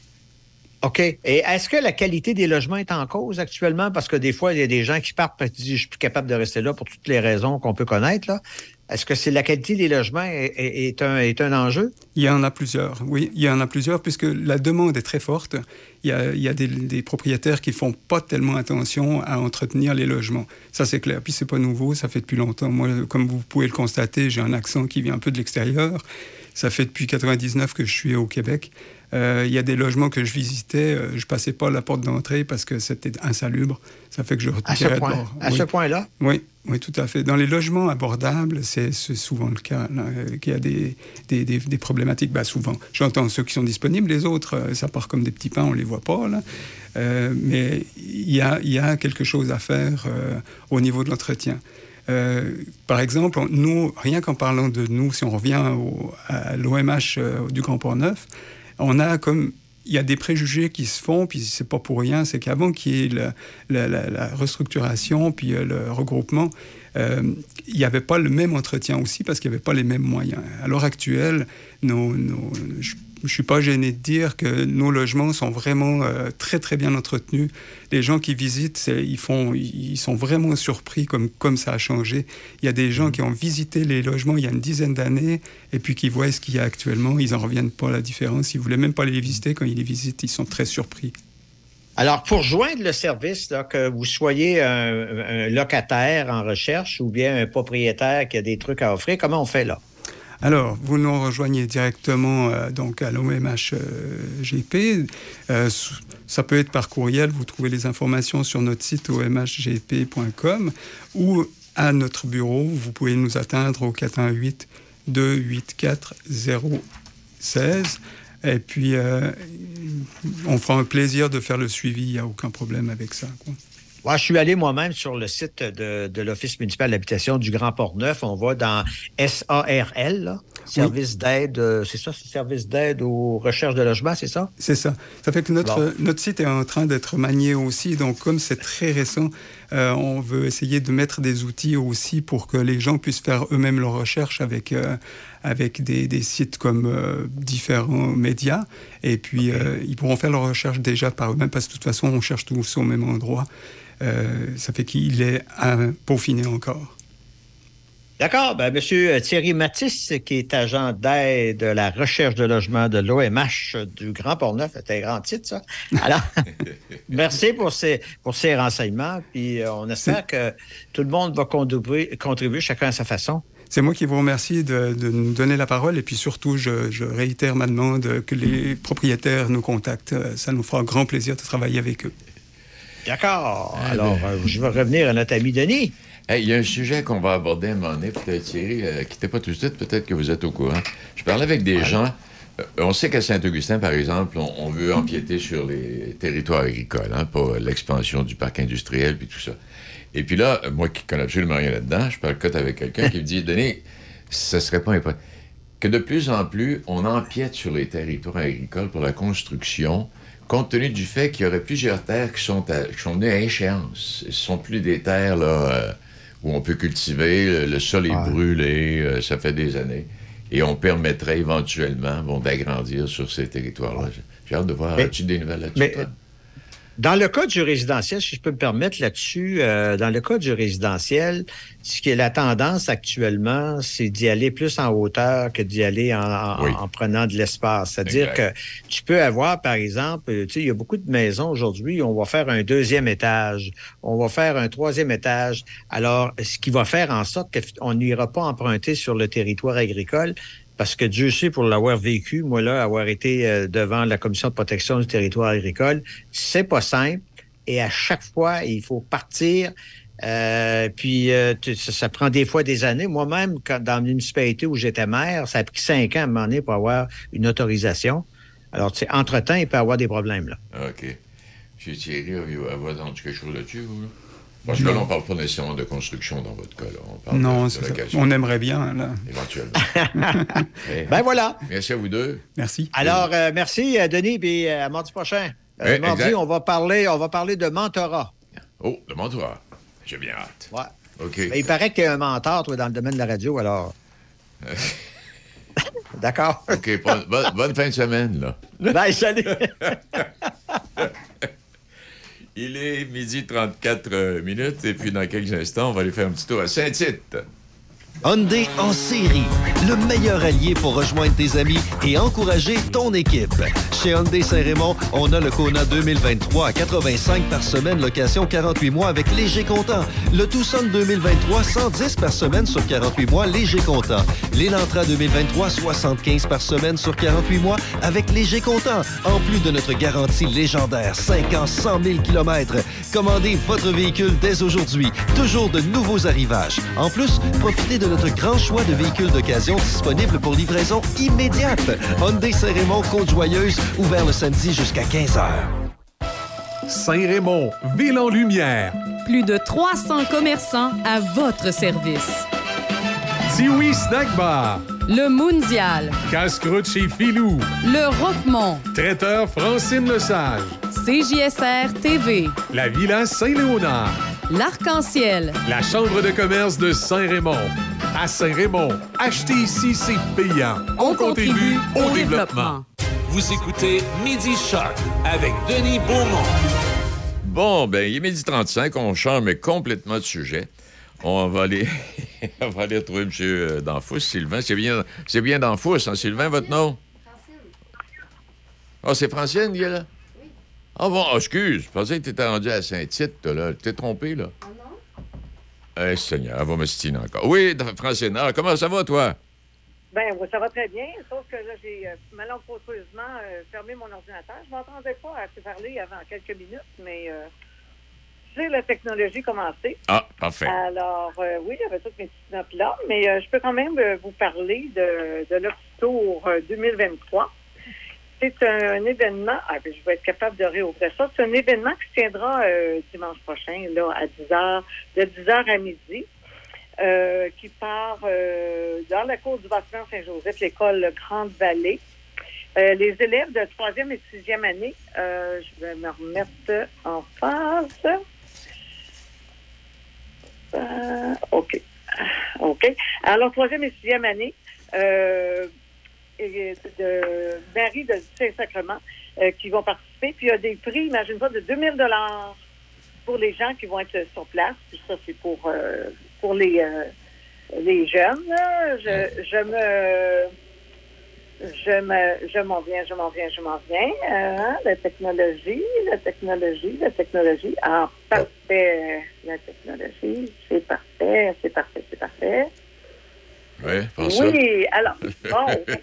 S7: OK. Et est-ce que la qualité des logements est en cause actuellement? Parce que des fois, il y a des gens qui partent et qui disent « je suis plus capable de rester là pour toutes les raisons qu'on peut connaître. » là. est-ce que c'est la qualité des logements est, est- est un, est un enjeu?
S5: Il y en a plusieurs, oui. Il y en a plusieurs puisque la demande est très forte. Il y a, il y a des, des propriétaires qui font pas tellement attention à entretenir les logements. Ça, c'est clair. Puis, c'est pas nouveau. Ça fait depuis longtemps. Moi, comme vous pouvez le constater, j'ai un accent qui vient un peu de l'extérieur. Ça fait depuis quatre-vingt-dix-neuf que je suis au Québec. Euh, il y a des logements que je visitais. euh, je passais pas la porte d'entrée parce que c'était insalubre. Ça fait que je
S7: À ce
S5: retirais de
S7: point,
S5: bord.
S7: à
S5: Oui.
S7: ce point-là?
S5: Oui, oui, tout à fait. Dans les logements abordables, c'est c'est souvent le cas, là, euh, qu'il y a des, des, des- des problématiques. Ben, souvent, j'entends ceux qui sont disponibles, les autres, euh, ça part comme des petits pains, on les voit pas, là. Euh, mais il y a, il y a quelque chose à faire euh, au niveau de l'entretien. Euh, par exemple, on- nous, rien qu'en parlant de nous, si on revient au- à l'O M H euh, du Grand Port-Neuf, on a comme il y a des préjugés qui se font, puis c'est pas pour rien, c'est qu'avant qu'il y ait le- la, la- la restructuration, puis euh, le regroupement, euh, il n'y avait pas le même entretien aussi parce qu'il n'y avait pas les mêmes moyens. À l'heure actuelle, nos, nos- je ne suis pas gêné de dire que nos logements sont vraiment euh, très, très bien entretenus. Les gens qui visitent, c'est- ils, font, ils sont vraiment surpris comme, comme ça a changé. Il y a des gens qui ont visité les logements il y a une dizaine d'années et puis qui voient ce qu'il y a actuellement. Ils n'en reviennent pas à la différence. Ils ne voulaient même pas les visiter. Quand ils les visitent, ils sont très surpris.
S7: Alors, pour joindre le service, là, que vous soyez un, un locataire en recherche ou bien un propriétaire qui a des trucs à offrir, comment on fait là?
S5: Alors, vous nous rejoignez directement euh, donc à l'O M H G P. Euh, ça peut être par courriel. Vous trouvez les informations sur notre site o m h g p point com ou à notre bureau. Vous pouvez nous atteindre au quatre un huit, deux huit quatre, zéro un six. Et puis, euh, on fera un plaisir de faire le suivi. Il n'y a aucun problème avec ça, quoi.
S7: Ouais, je suis allé moi-même sur le site de, de l'Office municipal d'habitation du Grand Port-Neuf. On va dans S A R L, là, service d'aide, euh, c'est ça, c'est service d'aide aux recherches de logement, c'est ça?
S5: C'est ça. Ça fait que notre,
S7: Bon.
S5: notre site est en train d'être manié aussi. Donc, comme c'est très récent, euh, on veut essayer de mettre des outils aussi pour que les gens puissent faire eux-mêmes leurs recherches avec, euh, avec des, des sites comme euh, différents médias. Et puis, euh, ils pourront faire leurs recherches déjà par eux-mêmes parce que de toute façon, on cherche tous au même endroit. Euh, ça fait qu'il est à peaufiner encore.
S7: D'accord. Ben, Monsieur Thierry Matisse, qui est agent d'aide de la recherche de logement de l'O M H du Grand Port-Neuf, c'est un grand titre, ça. Alors, merci pour ces, pour ces renseignements. Puis, euh, on espère que tout le monde va contribuer, contribuer chacun à sa façon.
S5: C'est moi qui vous remercie de, de nous donner la parole. Et puis surtout, je, je réitère ma demande que les propriétaires nous contactent. Ça nous fera grand plaisir de travailler avec eux.
S7: D'accord. Alors, euh, je vais revenir à notre ami Denis.
S4: Hey, il y a un sujet qu'on va aborder à un moment donné, peut-être Thierry, euh, quittez pas tout de suite, peut-être que vous êtes au courant. Je parlais avec des gens, euh, on sait qu'à Saint-Augustin, par exemple, on, on veut empiéter sur les territoires agricoles, hein, pour l'expansion du parc industriel puis tout ça. Et puis là, moi qui connais absolument rien là-dedans, je parle cote avec quelqu'un qui me dit, Denis, ce serait pas impossible que de plus en plus, on empiète sur les territoires agricoles pour la construction, compte tenu du fait qu'il y aurait plusieurs terres qui sont, à, qui sont venues à échéance. Ce ne sont plus des terres là, euh, où on peut cultiver, le, le sol est
S7: Ouais.
S4: brûlé, euh, ça fait des années. Et on permettrait éventuellement bon, d'agrandir sur ces territoires-là. J'ai- J'ai hâte de voir.
S7: Mais-
S4: As-tu des nouvelles là-dessus,
S7: mais-
S4: toi?
S7: Dans le cas du résidentiel, si je peux me permettre là-dessus, euh, dans le cas du résidentiel, ce qui est la tendance actuellement, c'est d'y aller plus en hauteur que d'y aller en, en-
S4: Oui.
S7: en prenant de l'espace. C'est-à-dire
S4: Exact.
S7: que tu peux avoir, par exemple, euh, tu sais, il y a beaucoup de maisons aujourd'hui, on va faire un deuxième étage, on va faire un troisième étage. Alors, ce qui va faire en sorte qu'on n'ira pas emprunter sur le territoire agricole. Parce que Dieu sait, pour l'avoir vécu, moi, là, avoir été euh, devant la Commission de protection du territoire agricole, c'est pas simple. Et à chaque fois, il faut partir. Euh, puis, euh, tu- ça, ça prend des fois des années. Moi-même, quand, dans la municipalité où j'étais maire, ça a pris cinq ans à un moment donné pour avoir une autorisation. Alors, tu sais, entre-temps, il peut y avoir des problèmes, là.
S4: OK. M. Thierry, avez-vous avez-vous entendu quelque chose là-dessus, vous? Là? Parce que là, on ne parle pas nécessairement de construction dans votre cas. Là. On parle
S5: Non,
S4: de,
S5: c'est
S4: de
S5: ça.
S4: location,
S5: On aimerait bien, là.
S4: éventuellement. Eh,
S7: Ben voilà.
S4: Merci à vous deux.
S5: Merci.
S7: Alors, euh, merci, euh, Denis, puis euh, à mardi prochain. Euh,
S4: Oui,
S7: mardi,
S4: exact.
S7: on va parler, on va parler de mentorat.
S4: Oh, demande-toi. J'ai bien hâte.
S7: Ouais.
S4: OK.
S7: Ben, il paraît que tu es un mentor, toi, dans le domaine de la radio, alors. D'accord.
S4: OK, bonne, bonne- bonne fin de semaine, là.
S7: Bye, salut.
S4: Il est midi trente-quatre euh, minutes, et puis dans quelques instants, on va aller faire un petit tour à Saint-Tite.
S8: Hyundai en série, le meilleur allié pour rejoindre tes amis et encourager ton équipe. Chez Hyundai Saint-Raymond, on a le Kona deux mille vingt-trois à quatre-vingt-cinq par semaine, location quarante-huit mois avec léger comptant. Le Tucson deux mille vingt-trois, cent dix par semaine sur quarante-huit mois, léger comptant. L'Elantra deux mille vingt-trois, soixante-quinze par semaine sur quarante-huit mois avec léger comptant. En plus de notre garantie légendaire, cinq ans, cent mille kilomètres. Commandez votre véhicule dès aujourd'hui. Toujours de nouveaux arrivages. En plus, profitez de notre grand choix de véhicules d'occasion disponibles pour livraison immédiate. Hyundai Saint-Raymond, Côte-Joyeuse, ouvert le samedi jusqu'à quinze heures.
S2: Saint-Raymond, ville en lumière.
S9: Plus de trois cents commerçants à votre service.
S2: Tiwi Snack Bar.
S9: Le Mondial.
S2: Casse-croûte chez Filou.
S9: Le Roquemont.
S2: Traiteur Francine Lesage.
S9: C J S R T V.
S2: La Villa Saint-Léonard.
S9: L'Arc-en-Ciel.
S2: La Chambre de commerce de Saint-Raymond. À Saint-Raymond, acheter ici, c'est payant. On, On contribue, contribue au, au développement. développement.
S1: Vous écoutez Midi Choc avec Denis Beaumont.
S4: Bon, ben il est midi trente-cinq, on change mais complètement de sujet. On va aller, on va aller retrouver M. Danfous, Sylvain. C'est bien, c'est bien Danfous, hein, Sylvain, votre nom? Francine. Ah, oh, c'est Francine qui est là? Oui. Ah bon, oh, excuse, je pensais que tu étais rendu à Saint-Tite, là. Tu t'es trompé, là? Ah non? Eh, Seigneur, elle va me stiner encore. Oui, Francine, ah, comment ça va, toi?
S10: Ben, ça va très bien, sauf que là, j'ai euh, malencontreusement euh, fermé mon ordinateur. Je ne m'entendais pas à te parler avant quelques minutes, mais euh, j'ai la technologie commencée.
S4: Ah, parfait.
S10: Alors, euh, oui, j'avais toutes mes petites notes là, mais euh, je peux quand même euh, vous parler de, de l'Optour euh, deux mille vingt-trois. C'est un, un événement, ah, ben, je vais être capable de réouvrir ça, c'est un événement qui se tiendra euh, dimanche prochain, là, à dix heures, de dix heures à midi. Euh, qui part euh, dans la cour du bâtiment Saint-Joseph, l'école Grande-Vallée. Euh, les élèves de troisième et sixième année, euh, je vais me remettre en face. Euh, OK. OK. Alors, troisième et sixième année, euh, et de Marie de Saint-Sacrement euh, qui vont participer. Puis, il y a des prix, imagine-toi, de deux mille dollars pour les gens qui vont être sur place. Puis ça, c'est pour... Euh, pour les, euh, les jeunes. Je, je me... Je me, je m'en viens, je m'en viens, je m'en viens. Hein? La technologie, la technologie, la technologie. Ah, parfait. La technologie, c'est parfait, c'est parfait, c'est parfait.
S4: Oui, pour ça.
S10: Oui, alors, bon...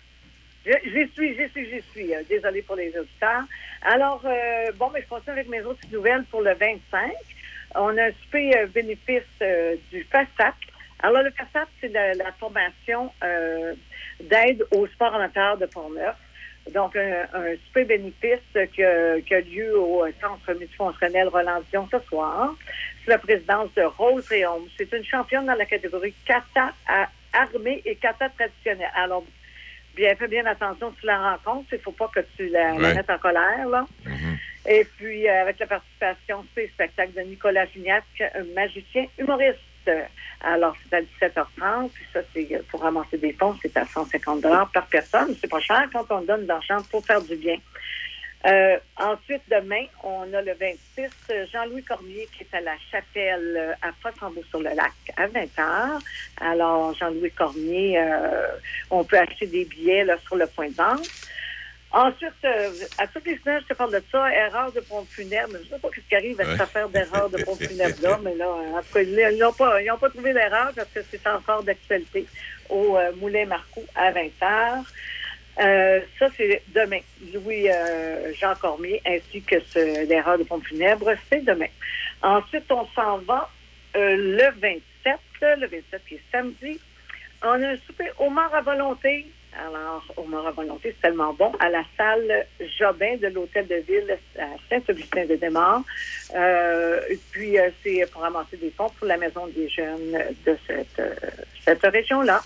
S10: J'y suis, j'y suis, j'y suis. Désolée pour les auditeurs. Alors, euh, bon, mais je continue avec mes autres nouvelles pour le vingt-cinq. On a un souper euh, bénéfice euh, du FASAP. Alors, le FASAP, c'est la, la formation euh, d'aide au sport amateur de Pont-Neuf. Donc, un, un souper bénéfice qui a, qui a lieu au Centre multifonctionnel Roland-Dion ce soir. C'est la présidence de Rose Réaume. C'est une championne dans la catégorie kata à armée et kata traditionnelle. Alors, bien, fais bien attention, tu la rencontres. Il ne faut pas que tu la, ouais. la mettes en colère, là. Mm-hmm. Et puis, euh, avec la participation, c'est le spectacle de Nicolas Gignac, un magicien humoriste. Alors, c'est à dix-sept heures trente, puis ça, c'est pour ramasser des fonds, c'est à cent cinquante dollars par personne. C'est pas cher quand on donne de l'argent pour faire du bien. Euh, ensuite, demain, on a le vingt-six, Jean-Louis Cormier qui est à la chapelle à Fossambeau-sur-le-Lac à vingt heures. Alors, Jean-Louis Cormier, euh, on peut acheter des billets là, sur le point de vente. Ensuite, euh, à toutes les semaines, je te parle de ça, erreur de pompe funèbre. Je ne sais pas ce qui arrive avec cette affaire d'erreur de pompe funèbre-là, mais là, en tout cas, ils n'ont pas, ils n'ont pas trouvé l'erreur parce que c'est encore d'actualité au euh, Moulin Marcoux à vingt heures. Euh, ça, c'est demain. Louis-Jean euh, Cormier ainsi que ce, l'erreur de pompe funèbre, c'est demain. Ensuite, on s'en va euh, le vingt-sept, le vingt-sept qui est samedi. On a un souper au mort à volonté. Alors, au mort à volonté, c'est tellement bon. À la salle Jobin de l'Hôtel de Ville à Saint-Augustin-de-Desmaures. Euh, et puis, euh, c'est pour ramasser des fonds pour la Maison des jeunes de cette, euh, cette région-là.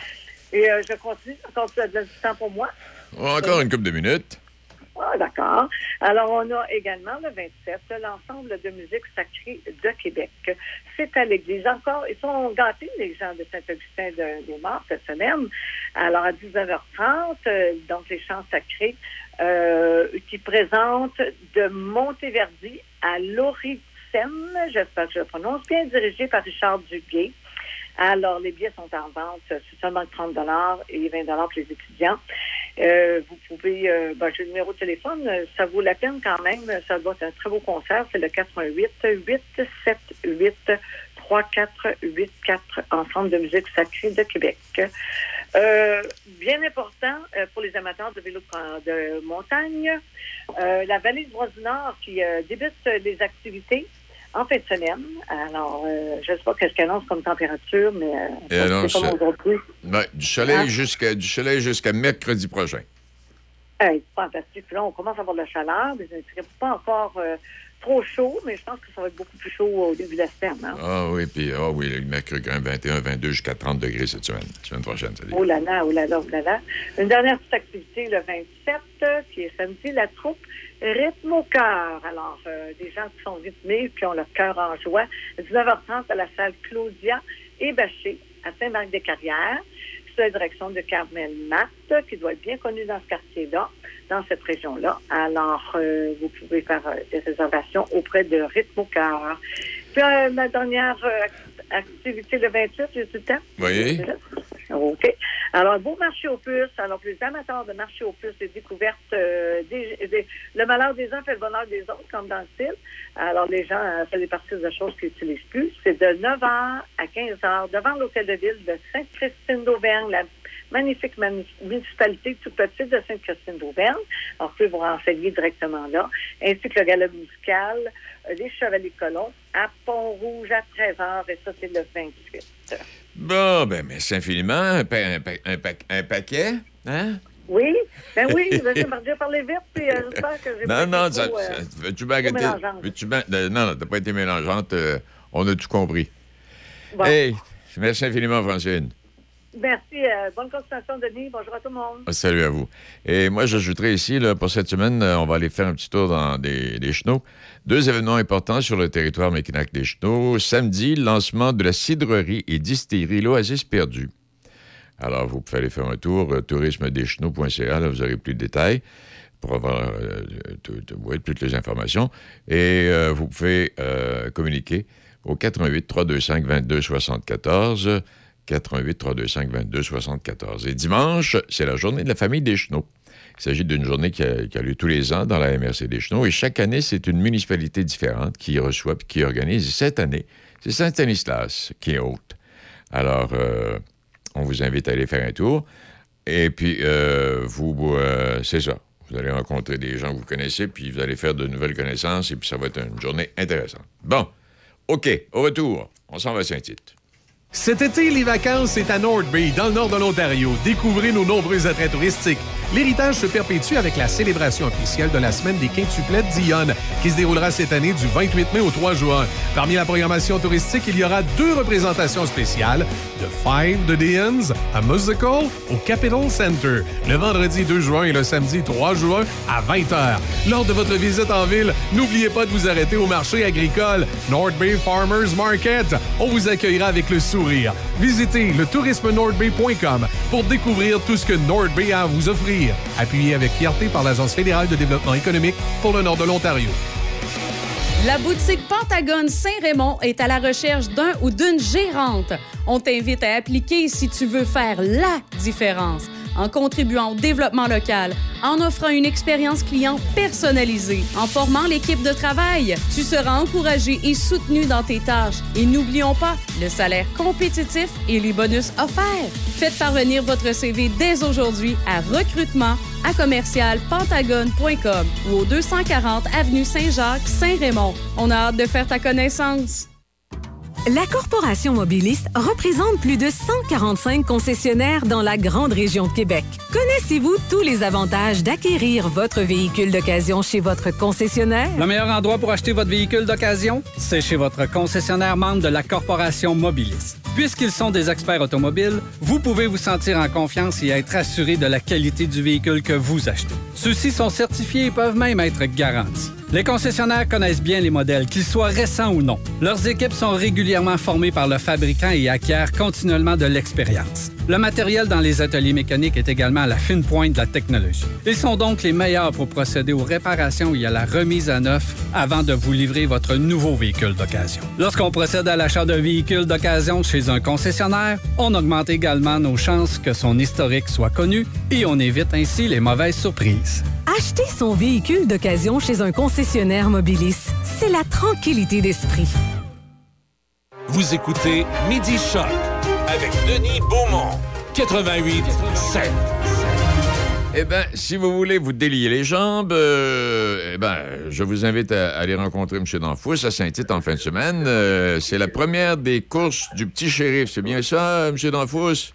S10: Et euh, je continue. Encore du temps pour moi.
S4: Encore une couple de minutes.
S10: Ah, d'accord. Alors, on a également le vingt-sept, l'ensemble de musique sacrée de Québec. C'est à l'église. Encore, ils sont gâtés, les gens de Saint-Augustin-des-Maures, cette semaine. Alors, à dix-neuf heures trente, euh, donc les chants sacrés euh, qui présentent de Monteverdi à Lauricène, j'espère que je le prononce bien, dirigé par Richard Duguay. Alors, les billets sont en vente, c'est seulement trente dollars et vingt dollars pour les étudiants. Euh, vous pouvez, euh, ben, j'ai le numéro de téléphone, ça vaut la peine quand même, ça doit être un très beau concert, c'est le quatre un huit, huit sept huit, trois quatre huit quatre, Ensemble de musique sacrée de Québec. Euh, bien important euh, pour les amateurs de vélo de montagne, euh, la vallée du Bras-du-Nord qui euh, débute les activités en fin de semaine. Alors, euh, je ne sais pas qu'est-ce qu'elle annonce comme température, mais euh,
S4: annonce,
S10: c'est comme aujourd'hui.
S4: Ben, du soleil
S10: Hein?
S4: jusqu'à du soleil jusqu'à mercredi prochain.
S10: Hey, c'est fantastique. Puis là, on commence à avoir de la chaleur, mais ce n'est pas encore euh, trop chaud, mais je pense que ça va être beaucoup plus chaud au début de la semaine. Hein?
S4: Ah oui, puis ah oui, le mercredi, vingt et un, vingt-deux jusqu'à trente degrés cette semaine. La semaine prochaine, ça dit.
S10: Oh là là, oh là là, oh là là. Une dernière petite activité, le vingt-sept, qui est samedi, la troupe Rythme au cœur. Alors, euh, des gens qui sont rythmés puis ont leur cœur en joie. dix-neuf heures trente à la salle Claudia et Bâché, à Saint-Marc-des-Carrières, sous la direction de Carmel Matt, qui doit être bien connu dans ce quartier-là, dans cette région-là. Alors, euh, vous pouvez faire euh, des réservations auprès de Rythme au cœur. Puis, euh, ma dernière euh, activité, le vingt-huit, j'ai tout le temps?
S4: Oui.
S10: OK. Alors, beau marché aux puces. Alors, pour les amateurs de marché aux puces, des découvertes, euh, des, des, le malheur des uns fait le bonheur des autres, comme dans le style. Alors, les gens, euh, ça fait partie de choses qu'ils n'utilisent plus. C'est de neuf heures à quinze heures devant l'hôtel de ville de Sainte-Christine d'Auvergne, la magnifique municipalité toute petite de Sainte-Christine d'Auvergne. Alors, vous pouvez vous renseigner directement là. Ainsi que le gala musical, euh, les Chevaliers Colons, à Pont-Rouge à treize heures, et ça, c'est le vingt-huit.
S4: Bon, ben, merci infiniment. Un, pa- un, pa- un, pa- un paquet, hein?
S10: Oui, ben oui, vous avez déjà parlé vite, puis euh, j'espère que j'ai
S4: Non,
S10: pas
S4: non,
S10: été
S4: ça,
S10: trop,
S4: ça,
S10: euh,
S4: veux-tu
S10: trop
S4: m'arrêter?
S10: mélangeante.
S4: Veux-tu ben- euh, non, non, t'as pas été mélangeante. euh, on a tout compris.
S10: Bon.
S4: Hey, merci infiniment, Francine.
S10: Merci. euh, bonne continuation, Denis. Bonjour à tout le monde.
S4: Salut à vous. Et moi, j'ajouterais ici, là, pour cette semaine, euh, on va aller faire un petit tour dans des, des chenaux. Deux événements importants sur le territoire Mackinac des Chenaux. Samedi, le lancement de la cidrerie et distillerie L'Oasis Perdu. Alors, vous pouvez aller faire un tour, euh, tourisme des chenaux point c a, là, vous aurez plus de détails pour avoir euh, tout- tout- ouais, toutes les informations. Et euh, vous pouvez euh, communiquer au quatre un huit, trois deux cinq, deux deux sept quatre. quatre un huit, trois deux cinq, deux deux sept quatre. Et dimanche, c'est la journée de la famille des Chenaux. Il s'agit d'une journée qui a, qui a lieu tous les ans dans la M R C des Chenaux. Et chaque année, c'est une municipalité différente qui reçoit et qui organise. Et cette année, c'est Saint-Stanislas qui est hôte. Alors, euh, on vous invite à aller faire un tour. Et puis, euh, vous, euh, c'est ça. Vous allez rencontrer des gens que vous connaissez, puis vous allez faire de nouvelles connaissances, et puis ça va être une journée intéressante. Bon, OK, au retour, on s'en va à Saint-Tite.
S2: Cet été, les vacances, c'est à North Bay, dans le nord de l'Ontario. Découvrez nos nombreux attraits touristiques. L'héritage se perpétue avec la célébration officielle de la Semaine des quintuplettes d'Yonne, qui se déroulera cette année du vingt-huit mai au trois juin. Parmi la programmation touristique, il y aura deux représentations spéciales, de Five de Deans, un musical au Capitol Center, le vendredi deux juin et le samedi trois juin à vingt heures. Lors de votre visite en ville, n'oubliez pas de vous arrêter au marché agricole North Bay Farmers Market. On vous accueillera avec le sourire. Visitez le tourisme north bay point com pour découvrir tout ce que North Bay a à vous offrir. Appuyé avec fierté par l'Agence fédérale de développement économique pour le nord de l'Ontario.
S9: La boutique Pentagone Saint-Raymond est à la recherche d'un ou d'une gérante. On t'invite à appliquer si tu veux faire la différence, en contribuant au développement local, en offrant une expérience client personnalisée, en formant l'équipe de travail. Tu seras encouragé et soutenu dans tes tâches. Et n'oublions pas le salaire compétitif et les bonus offerts. Faites parvenir votre C V dès aujourd'hui à recrutement à commercial pentagone point com ou au deux cent quarante avenue Saint-Jacques, Saint-Raymond. On a hâte de faire ta connaissance.
S11: La Corporation Mobilis représente plus de cent quarante-cinq concessionnaires dans la grande région de Québec. Connaissez-vous tous les avantages d'acquérir votre véhicule d'occasion chez votre concessionnaire?
S12: Le meilleur endroit pour acheter votre véhicule d'occasion, c'est chez votre concessionnaire membre de la Corporation Mobilis. Puisqu'ils sont des experts automobiles, vous pouvez vous sentir en confiance et être assuré de la qualité du véhicule que vous achetez. Ceux-ci sont certifiés et peuvent même être garantis. Les concessionnaires connaissent bien les modèles, qu'ils soient récents ou non. Leurs équipes sont régulièrement formées par le fabricant et acquièrent continuellement de l'expérience. Le matériel dans les ateliers mécaniques est également à la fine pointe de la technologie. Ils sont donc les meilleurs pour procéder aux réparations et à la remise à neuf avant de vous livrer votre nouveau véhicule d'occasion. Lorsqu'on procède à l'achat d'un véhicule d'occasion chez un concessionnaire, on augmente également nos chances que son historique soit connu et on évite ainsi les mauvaises surprises.
S11: Acheter son véhicule d'occasion chez un concessionnaire Mobilis, c'est la tranquillité d'esprit.
S1: Vous écoutez Midi Choc avec Denis Beaumont, quatre-vingt-huit sept.
S4: Eh bien, si vous voulez vous délier les jambes, euh, eh ben, je vous invite à aller rencontrer M. Danfous à Saint-Tite en fin de semaine. Euh, c'est la première des courses du Petit Shérif. C'est bien ça, M. Danfous?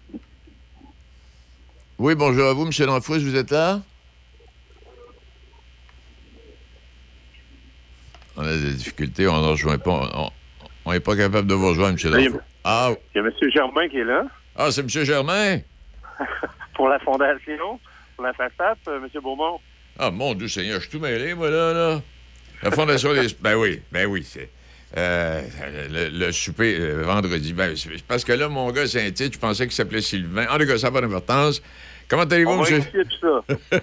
S4: Oui, bonjour à vous, M. Danfous, vous êtes là? On a des difficultés, on ne rejoint pas. On n'est pas capable de vous rejoindre, M. Danfous. Ah.
S13: Il y a M. Germain qui est là.
S4: Ah, c'est M. Germain?
S13: Pour la fondation, pour la FASAP, euh, M. Beaumont.
S4: Ah, mon Dieu Seigneur, je suis tout mêlé, moi, là, là. La fondation des... Ben oui, ben oui, c'est... Euh, le, le souper euh, vendredi. Ben, c'est parce que là, mon gars Saint-Tite, je pensais qu'il s'appelait Sylvain. En tout cas, ça n'a pas d'importance. Comment allez-vous,
S13: On va
S4: monsieur?
S13: essayer tout ça.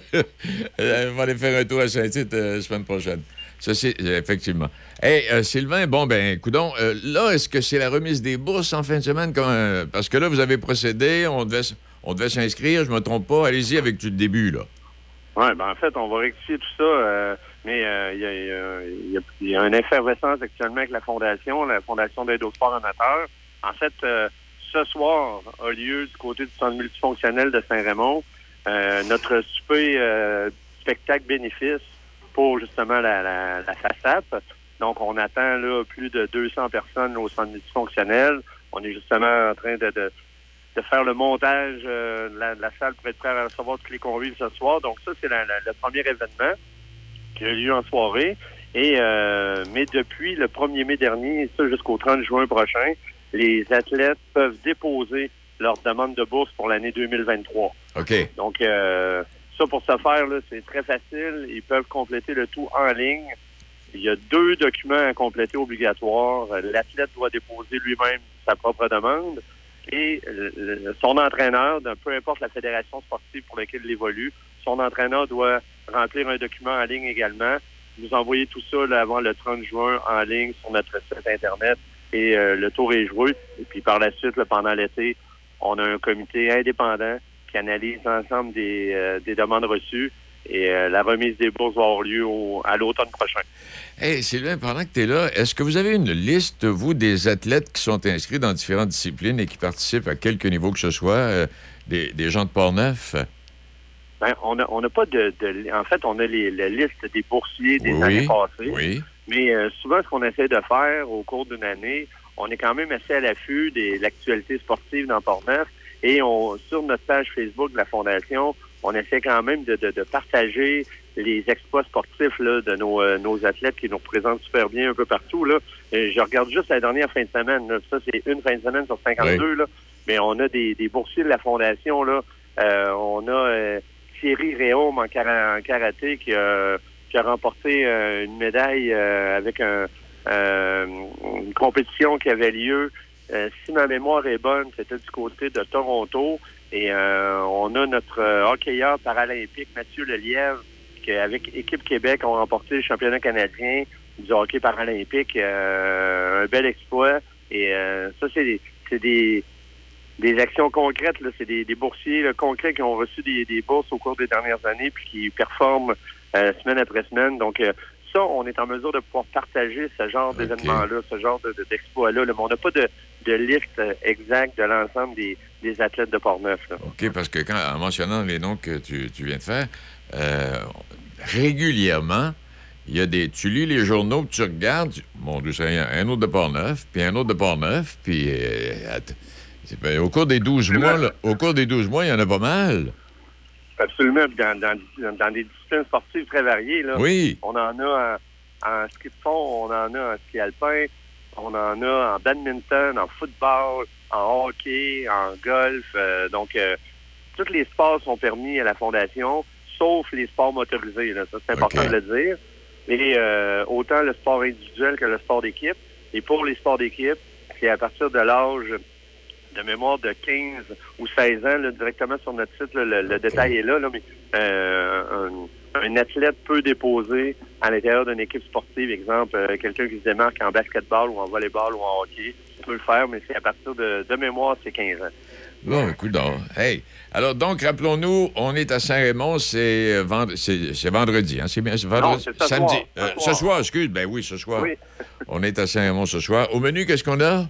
S4: On va aller faire un tour à Saint-Tite euh, la semaine prochaine. Ça, c'est euh, effectivement. Hey, euh, Sylvain, bon, ben, coudonc, euh, là, est-ce que c'est la remise des bourses en fin de semaine? Comme, euh, parce que là, vous avez procédé, on devait, on devait s'inscrire, je me trompe pas. Allez-y avec du début, là.
S13: Oui, ben en fait, on va rectifier tout ça, euh, mais il euh, y, y, y, y a une effervescence actuellement avec la Fondation, la Fondation d'aide au sport amateur. En fait, euh, ce soir a lieu du côté du centre multifonctionnel de Saint-Raymond euh, notre souper euh, spectacle bénéfice pour justement la, la, la FASAP. Donc, on attend là plus de deux cents personnes au centre multifonctionnel. On est justement en train de... de de faire le montage euh, de, la, de la salle pour être prêt à recevoir tous les convives ce soir. Donc ça, c'est la, la, le premier événement qui a eu lieu en soirée. Et euh, mais depuis le premier mai dernier, ça jusqu'au trente juin prochain, les athlètes peuvent déposer leur demande de bourse pour l'année deux mille vingt-trois.
S4: OK.
S13: Donc euh, ça, pour ce faire, là, c'est très facile. Ils peuvent compléter le tout en ligne. Il y a deux documents à compléter obligatoires. L'athlète doit déposer lui-même sa propre demande. Et le, son entraîneur, de, peu importe la fédération sportive pour laquelle il évolue, son entraîneur doit remplir un document en ligne également. Vous envoyez tout ça là, avant le trente juin en ligne sur notre site Internet et euh, le tour est joué. Et puis par la suite, là, pendant l'été, on a un comité indépendant qui analyse l'ensemble des, euh, des demandes reçues et euh, la remise des bourses va avoir lieu au, à l'automne prochain.
S4: Hey, Sylvain, pendant que tu es là, est-ce que vous avez une liste, vous, des athlètes qui sont inscrits dans différentes disciplines et qui participent à quelque niveau que ce soit, euh, des, des gens de Portneuf?
S13: Ben, on n'a on a pas de, de... En fait, on a les, la liste des boursiers des
S4: oui,
S13: années passées.
S4: Oui.
S13: Mais euh, souvent, ce qu'on essaie de faire au cours d'une année, on est quand même assez à l'affût de l'actualité sportive dans Portneuf. Et on, sur notre page Facebook de la Fondation, on essaie quand même de, de, de partager les exploits sportifs là, de nos, euh, nos athlètes qui nous représentent super bien un peu partout. Là. Et je regarde juste la dernière fin de semaine. Là. Ça, c'est une fin de semaine sur cinquante-deux.
S4: Oui.
S13: Là. Mais on a des, des boursiers de la Fondation. Là. Euh, on a euh, Thierry Réaume en, kara- en karaté qui a, qui a remporté euh, une médaille euh, avec un, euh, une compétition qui avait lieu. Euh, si ma mémoire est bonne, c'était du côté de Toronto. Et euh, on a notre euh, hockeyeur paralympique, Mathieu Lelièvre, qui, avec Équipe Québec, ont remporté le championnat canadien du hockey paralympique. Euh, un bel exploit. Et euh, ça, c'est des, c'est des, des actions concrètes. Là. C'est des, des boursiers là, concrets qui ont reçu des, des bourses au cours des dernières années puis qui performent euh, semaine après semaine. Donc, euh, ça, on est en mesure de pouvoir partager ce genre okay. d'événements-là, ce genre de, de, d'exploits-là. Là. Mais on n'a pas de, de liste exacte de l'ensemble des, des athlètes de Portneuf. Là.
S4: OK, parce que quand, en mentionnant les noms que tu, tu viens de faire, euh, régulièrement, il y a des... Tu lis les journaux, tu regardes, tu, mon Dieu, c'est un autre de Portneuf, puis un autre de Portneuf, puis euh, c'est, au cours des douze mois, là, au cours des douze mois, il y en a pas mal.
S13: Absolument. Dans, dans, dans des disciplines sportives très variées. Là.
S4: Oui.
S13: On en a en, en ski de fond, on en a en ski alpin, on en a en badminton, en football, en hockey, en golf. Euh, donc, euh, tous les sports sont permis à la Fondation, sauf les sports motorisés. Là. Ça, c'est important okay. de le dire. Et euh, autant le sport individuel que le sport d'équipe. Et pour les sports d'équipe, c'est à partir de l'âge de mémoire de quinze ou seize ans, là, directement sur notre site, là, le, le détail est là, là mais euh, un, un athlète peut déposer à l'intérieur d'une équipe sportive, exemple, euh, quelqu'un qui se démarque en basketball ou en volleyball ou en hockey, peut le faire, mais c'est à partir de, de mémoire, c'est quinze ans.
S4: Bon, écoute donc. Hey, alors donc, rappelons-nous, on est à Saint-Raymond, c'est, vend... c'est, c'est vendredi, hein? C'est bien, c'est vendredi?
S13: Non, c'est ce
S4: samedi.
S13: soir. Ce
S4: Euh,
S13: soir.
S4: ce soir, excuse, ben oui, ce soir.
S13: Oui.
S4: On est à Saint-Raymond ce soir. Au menu, qu'est-ce qu'on a?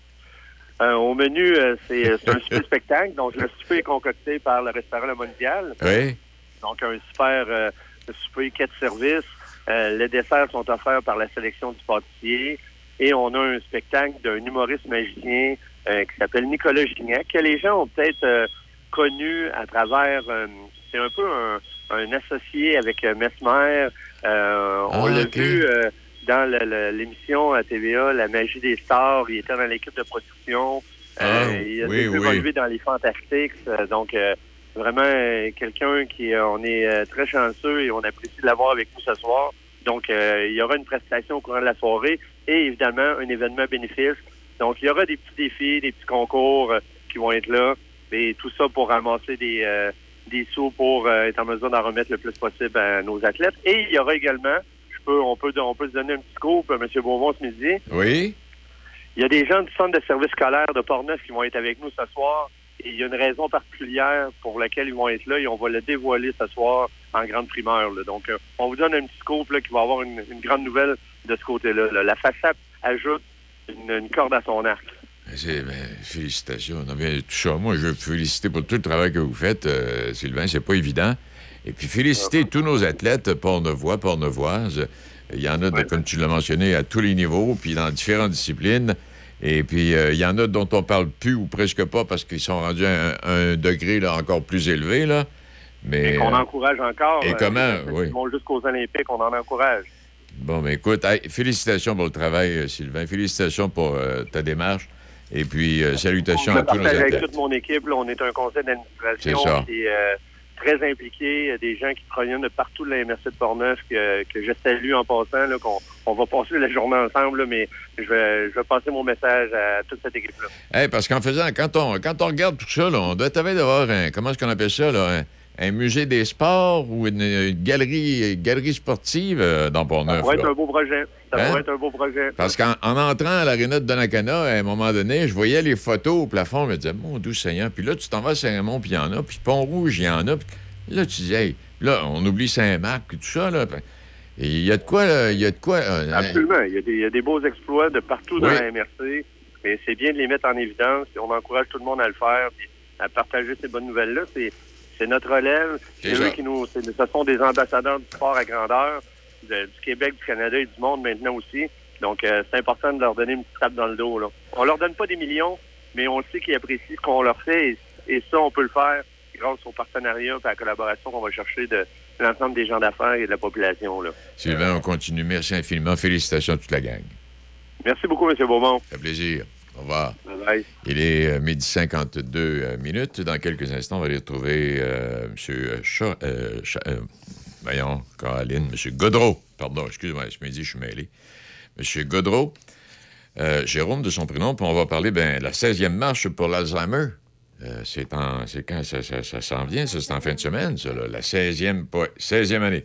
S13: Euh, au menu, euh, c'est, c'est un super spectacle. Donc, le souper est concocté par le restaurant Le Mondial.
S4: Oui.
S13: Donc, un super euh, souper, quatre services. Euh, les desserts sont offerts par la sélection du pâtissier. Et on a un spectacle d'un humoriste magicien euh, qui s'appelle Nicolas Gignac, que les gens ont peut-être euh, connu à travers... euh, c'est un peu un, un associé avec euh, Mesmer. Euh, on
S4: Ah,
S13: l'a
S4: ok.
S13: vu euh, dans le- le- l'émission à T V A, La magie des stars. Il était dans l'équipe de production.
S4: Ah,
S13: Euh, il a
S4: oui, oui.
S13: évolué dans les Fantastiques. Euh, donc, euh, vraiment, euh, quelqu'un qui... euh, on est euh, très chanceux et on apprécie de l'avoir avec nous ce soir. Donc, euh, il y aura une prestation au courant de la soirée et évidemment un événement bénéfice. Donc, il y aura des petits défis, des petits concours euh, qui vont être là. Et tout ça pour ramasser des, euh, des sous pour euh, être en mesure d'en remettre le plus possible à nos athlètes. Et il y aura également, je peux, on peut, on peut se donner un petit scoop, euh, M. Beaumont, ce midi.
S4: Oui.
S13: Il y a des gens du centre de service scolaire de Portneuf qui vont être avec nous ce soir. Et il y a une raison particulière pour laquelle ils vont être là et on va le dévoiler ce soir en grande primeur. Là. Donc, euh, on vous donne un petit scoop là, qui va avoir une, une grande nouvelle de ce côté-là. Là. La façade ajoute une, une corde à son arc.
S4: C'est, ben, félicitations. Non, mais tout ça, moi, je veux vous féliciter pour tout le travail que vous faites, euh, Sylvain. C'est pas évident. Et puis, féliciter tous nos athlètes pornevois, pornevoises. Il y en a, de, comme tu l'as mentionné, à tous les niveaux, puis dans différentes disciplines. Et puis, euh, il y en a dont on parle plus ou presque pas parce qu'ils sont rendus à un, un degré là, encore plus élevé. Là. Mais,
S13: Et qu'on
S4: euh,
S13: encourage encore.
S4: et
S13: euh,
S4: comment,
S13: les athlètes
S4: oui.
S13: qui vont jusqu'aux Olympiques, on en encourage.
S4: Bon, mais écoute, hey, félicitations pour le travail, euh, Sylvain. Félicitations pour euh, ta démarche. Et puis, euh, salutations
S13: Je
S4: à tous nos
S13: partage avec
S4: athlètes.
S13: toute mon équipe. Là, on est un conseil d'administration
S4: C'est ça.
S13: qui est euh, très impliqué. Des gens qui proviennent de partout de la M R C de Portneuf que, que je salue en passant, là, qu'on on va passer la journée ensemble, là, mais je vais, je vais passer mon message à toute cette équipe-là.
S4: Hey, parce qu'en faisant, quand on, quand on regarde tout ça, là, on doit être d'avoir un, comment est-ce qu'on appelle ça, là, un, un musée des sports ou une, une galerie, une galerie sportive euh, dans
S13: Ça
S4: Portneuf.
S13: pourrait être
S4: là.
S13: un beau projet. Ça
S4: Hein?
S13: pourrait être un beau projet.
S4: Parce qu'en en entrant à l'aréna de Donnacana, à un moment donné, je voyais les photos au plafond, je me disais, mon doux Seigneur. Puis là, tu t'en vas à Saint-Raymond, puis il y en a, puis Pont-Rouge, il y en a. Puis là, tu dis, hey, là, on oublie Saint-Marc, puis tout ça, là. Et il y a de quoi, là, il y a de quoi. euh,
S13: Absolument. Il y, a des, il y a des beaux exploits de partout dans
S4: Oui.
S13: la M R C, mais c'est bien de les mettre en évidence. Et on encourage tout le monde à le faire, puis à partager ces bonnes nouvelles-là. C'est, c'est notre relève.
S4: C'est
S13: C'est
S4: ça.
S13: eux qui nous, c'est- ce sont des ambassadeurs du sport à grandeur, de- du Québec, du Canada et du monde maintenant aussi. Donc, euh, c'est important de leur donner une petite tape dans le dos. Là. On leur donne pas des millions, mais on sait qu'ils apprécient ce qu'on leur fait. Et, et ça, on peut le faire grâce au partenariat et à la collaboration qu'on va chercher de l'ensemble des gens d'affaires et de la population. Là.
S4: Sylvain, on continue. Merci infiniment. Félicitations à toute la gang.
S13: Merci beaucoup, M. Beaumont.
S4: Ça fait plaisir. Au revoir.
S13: Bye.
S4: Il est euh, midi cinquante-deux euh, minutes. Dans quelques instants, on va aller retrouver euh, M. Cha- euh, Cha- euh, voyons, Caroline, M. Godreau. Pardon, excusez-moi, ce midi, je suis mêlé. M. Godreau, euh, Jérôme de son prénom, puis on va parler, ben la seizième marche pour l'Alzheimer. Euh, c'est, en, c'est quand ça, ça, ça s'en vient, ça? C'est en fin de semaine, ça, là, la seizième, pas- seizième année.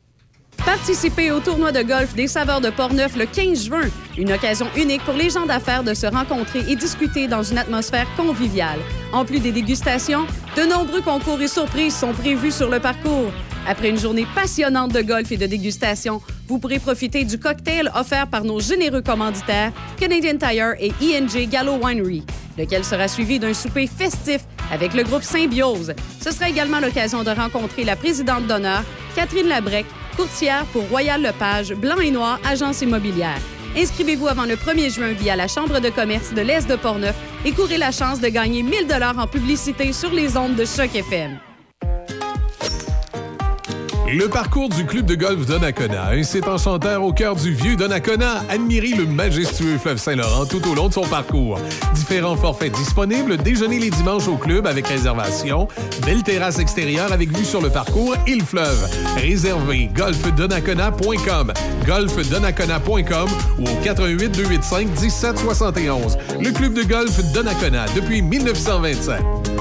S9: Participez au tournoi de golf des Saveurs de Portneuf le quinze juin. Une occasion unique pour les gens d'affaires de se rencontrer et discuter dans une atmosphère conviviale. En plus des dégustations, de nombreux concours et surprises sont prévus sur le parcours. Après une journée passionnante de golf et de dégustation, vous pourrez profiter du cocktail offert par nos généreux commanditaires Canadian Tire et E and J Gallo Winery, lequel sera suivi d'un souper festif avec le groupe Symbiose. Ce sera également l'occasion de rencontrer la présidente d'honneur, Catherine Labrec, courtière pour Royal Lepage, Blanc et Noir, agence immobilière. Inscrivez-vous avant le premier juin via la Chambre de commerce de l'Est de Portneuf et courez la chance de gagner mille dollars en publicité sur les ondes de Choc F M.
S2: Le parcours du club de golf Donnacona, un site enchanteur au cœur du vieux Donnacona. Admirez le majestueux fleuve Saint-Laurent tout au long de son parcours. Différents forfaits disponibles, déjeuner les dimanches au club avec réservation, belle terrasse extérieure avec vue sur le parcours et le fleuve. Réservez golf donnacona point com, golf donnacona point com ou au quatre un huit, deux huit cinq, un sept six un. Le club de golf Donnacona depuis mille neuf cent vingt-sept.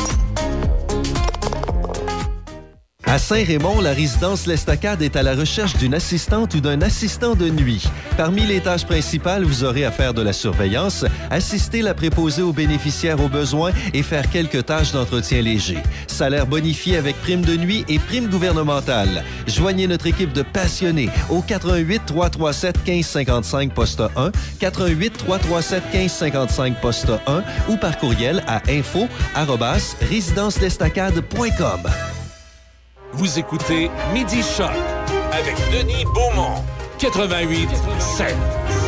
S8: À Saint-Raymond, la résidence L'Estacade est à la recherche d'une assistante ou d'un assistant de nuit. Parmi les tâches principales, vous aurez à faire de la surveillance, assister la préposée aux bénéficiaires aux besoins et faire quelques tâches d'entretien léger. Salaire bonifié avec prime de nuit et prime gouvernementale. Joignez notre équipe de passionnés au quatre un huit, trois trois sept, un cinq cinq cinq poste un, quatre un huit, trois trois sept, un cinq cinq poste un ou par courriel à info arobase résidence lestacade point com.
S1: Vous écoutez Midi Choc avec Denis Beaumont, quatre-vingt-huit sept.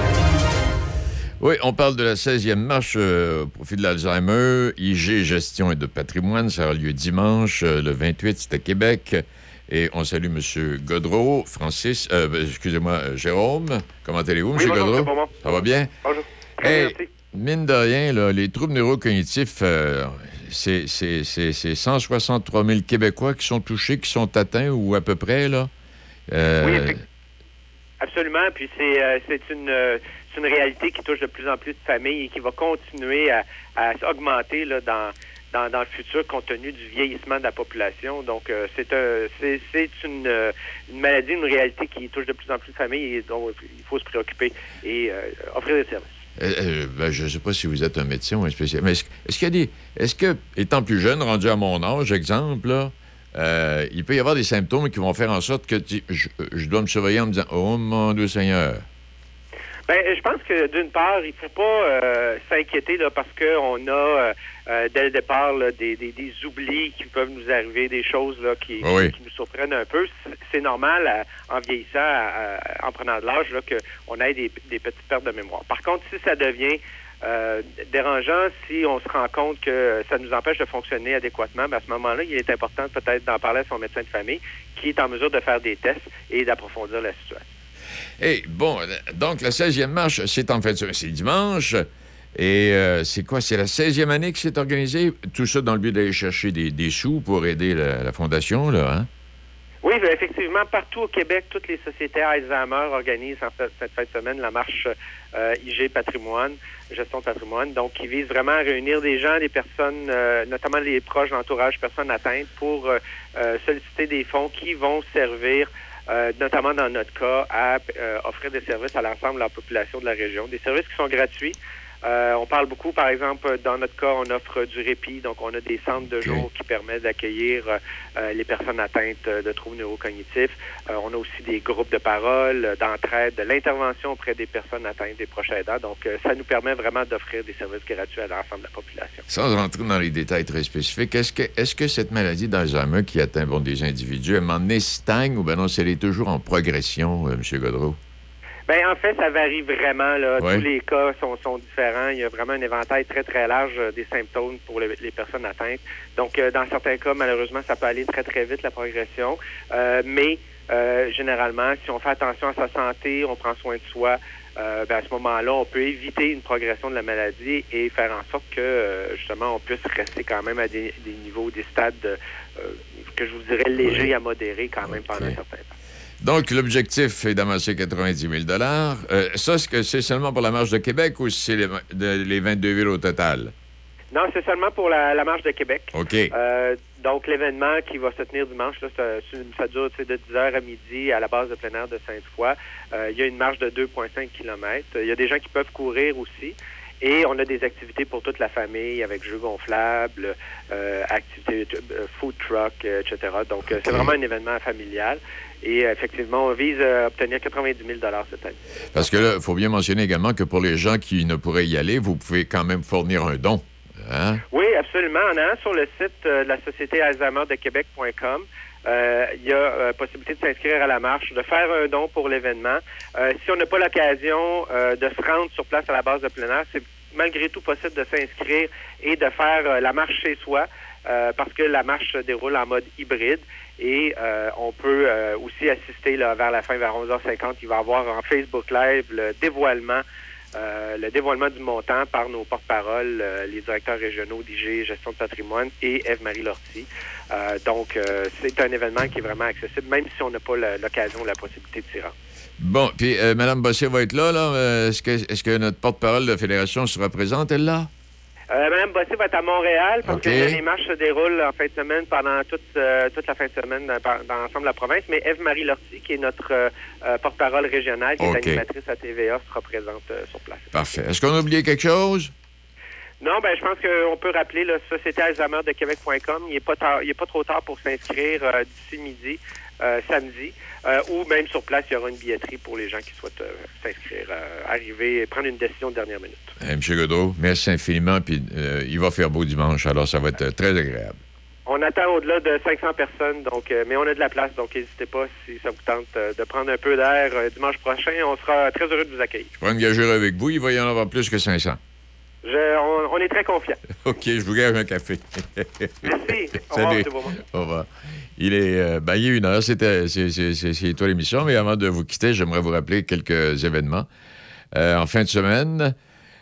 S4: Oui, on parle de la seizième marche euh, au profit de l'Alzheimer. I G Gestion et de patrimoine, ça aura lieu dimanche, euh, le vingt-huit, c'est à Québec. Et on salue M. Godreau, Francis, euh, excusez-moi, euh, Jérôme. Comment allez-vous,
S13: oui,
S4: M.
S13: bonjour,
S4: Godreau?
S13: Beaumont.
S4: Ça va bien?
S13: Bonjour.
S4: Hey, mine de rien, là, les troubles neurocognitifs, euh, c'est, c'est, c'est, c'est cent soixante-trois mille Québécois qui sont touchés, qui sont atteints, ou à peu près, là. Euh,
S13: oui, effectivement. Absolument. Puis c'est, euh, c'est, une, euh, c'est une réalité qui touche de plus en plus de familles et qui va continuer à, à augmenter là, dans, dans, dans le futur compte tenu du vieillissement de la population. Donc, euh, c'est, un, c'est, c'est une, euh, une maladie, une réalité qui touche de plus en plus de familles et dont il faut se préoccuper et euh, offrir des services.
S4: Euh, euh, ben, je ne sais pas si vous êtes un médecin ou un spécialiste, mais est-ce, est-ce qu'il y a des. Est-ce que, étant plus jeune, rendu à mon âge, exemple, là, euh, il peut y avoir des symptômes qui vont faire en sorte que tu, je, je dois me surveiller en me disant oh mon Dieu Seigneur.
S13: Ben, je pense que d'une part, il faut pas euh, s'inquiéter là, parce qu'on a euh, dès le départ là, des, des, des oublis qui peuvent nous arriver, des choses là, qui,
S4: oui.
S13: qui nous surprennent un peu. C'est normal à, en vieillissant, à, à, en prenant de l'âge, là, qu'on ait des, des petites pertes de mémoire. Par contre, si ça devient euh, dérangeant, si on se rend compte que ça nous empêche de fonctionner adéquatement, ben à ce moment-là, il est important peut-être d'en parler à son médecin de famille qui est en mesure de faire des tests et d'approfondir la situation.
S4: Hey, bon, donc la seizième marche, c'est en fait c'est dimanche. Et euh, c'est quoi? C'est la seizième année que c'est organisé? Tout ça dans le but d'aller chercher des, des sous pour aider la, la Fondation, là, hein?
S13: Oui, bien, effectivement, partout au Québec, toutes les sociétés Alzheimer organisent en fait, cette fin de semaine la marche euh, I G Patrimoine, gestion de patrimoine, donc qui vise vraiment à réunir des gens, des personnes, euh, notamment les proches, l'entourage, personnes atteintes, pour euh, euh, solliciter des fonds qui vont servir Euh, notamment dans notre cas, à euh, offrir des services à l'ensemble de la population de la région. Des services qui sont gratuits. Euh, on parle beaucoup, par exemple, dans notre cas, on offre du répit. Donc, on a des centres de jour qui permettent d'accueillir euh, les personnes atteintes de troubles neurocognitifs. Euh, on a aussi des groupes de parole, d'entraide, de l'intervention auprès des personnes atteintes, des proches aidants. Donc, euh, ça nous permet vraiment d'offrir des services gratuits à l'ensemble de la population.
S4: Sans rentrer dans les détails très spécifiques, est-ce que, est-ce que cette maladie d'Alzheimer qui atteint bon, des individus, elle m'en stagne ou bien non, elle est toujours en progression, euh, M. Godreau?
S13: Ben en fait, ça varie vraiment. Là.
S4: Ouais.
S13: Tous les cas sont, sont différents. Il y a vraiment un éventail très, très large euh, des symptômes pour le, les personnes atteintes. Donc, euh, dans certains cas, malheureusement, ça peut aller très, très vite, la progression. Euh, mais, euh, généralement, si on fait attention à sa santé, on prend soin de soi, euh, ben, à ce moment-là, on peut éviter une progression de la maladie et faire en sorte que, euh, justement, on puisse rester quand même à des, des niveaux, des stades euh, que je vous dirais légers à modérés quand même pendant un certain temps.
S4: Donc, l'objectif est d'amasser quatre-vingt-dix mille dollars. Euh, ça, est-ce que c'est seulement pour la marche de Québec ou c'est les, de, les vingt-deux villes au total?
S13: Non, c'est seulement pour la, la marche de Québec.
S4: OK.
S13: Euh, donc, l'événement qui va se tenir dimanche, là, ça, ça dure de dix heures à midi à la base de plein air de Sainte-Foy. Euh, il y a une marche de deux virgule cinq kilomètres. Il y a des gens qui peuvent courir aussi. Et on a des activités pour toute la famille avec jeux gonflables, euh, activités, euh, food truck, euh, et cetera. Donc, okay. euh, c'est vraiment un événement familial. Et euh, effectivement, on vise à obtenir quatre-vingt-dix mille dollars cette année.
S4: Parce que là, il faut bien mentionner également que pour les gens qui ne pourraient y aller, vous pouvez quand même fournir un don. Hein?
S13: Oui, absolument. On a un sur le site euh, de la Société Alzheimer de Québec point com. Euh, il y a euh, possibilité de s'inscrire à la marche, de faire un don pour l'événement. Euh, si on n'a pas l'occasion euh, de se rendre sur place à la base de plein air, c'est malgré tout possible de s'inscrire et de faire euh, la marche chez soi. euh, parce que la marche se déroule en mode hybride. Et euh, on peut euh, aussi assister là, vers la fin, vers onze heures cinquante. Il va y avoir en Facebook Live le dévoilement Euh, le dévoilement du montant par nos porte-paroles, euh, les directeurs régionaux d'I G, Gestion de patrimoine et Ève-Marie Lortie. Euh, donc, euh, c'est un événement qui est vraiment accessible, même si on n'a pas la, l'occasion ou la possibilité de s'y rendre.
S4: Bon, puis euh, Mme Bossé va être là, là. Euh, est-ce que, est-ce que notre porte-parole de la Fédération sera présente, elle, là?
S13: Euh, Mme Bossé va être à Montréal parce
S4: Okay.
S13: que les marches se déroulent en fin de semaine pendant toute, euh, toute la fin de semaine dans, dans l'ensemble de la province. Mais Ève-Marie Lortie, qui est notre euh, euh, porte-parole régionale, qui
S4: Okay.
S13: est animatrice à T V A, sera présente euh, sur place.
S4: Parfait. Est-ce qu'on a oublié quelque chose?
S13: Non, ben je pense qu'on peut rappeler la Société Alzheimer de Québec point com. Il n'est pas tard, il est pas trop tard pour s'inscrire euh, d'ici midi, euh, samedi, euh, ou même sur place, il y aura une billetterie pour les gens qui souhaitent euh, s'inscrire, euh, arriver et prendre une décision de dernière minute.
S4: Eh, M. Godreau, merci infiniment. Puis euh, il va faire beau dimanche, alors ça va être euh, très agréable.
S13: On attend au-delà de cinq cents personnes, donc, euh, mais on a de la place, donc n'hésitez pas si ça vous tente euh, de prendre un peu d'air euh, dimanche prochain. On sera très heureux de vous accueillir.
S4: Je prends une gageure avec vous, il va y en avoir plus que cinq cents.
S13: Je, on, on est très confiants.
S4: OK, je vous gage un café.
S13: Merci. Au revoir,
S4: Salut.
S13: M. Beaumont.
S4: Au revoir. Il est, euh, ben, il est une heure, c'était, c'est, c'est, c'est, c'est toi l'émission, mais avant de vous quitter, j'aimerais vous rappeler quelques événements. Euh, en fin de semaine,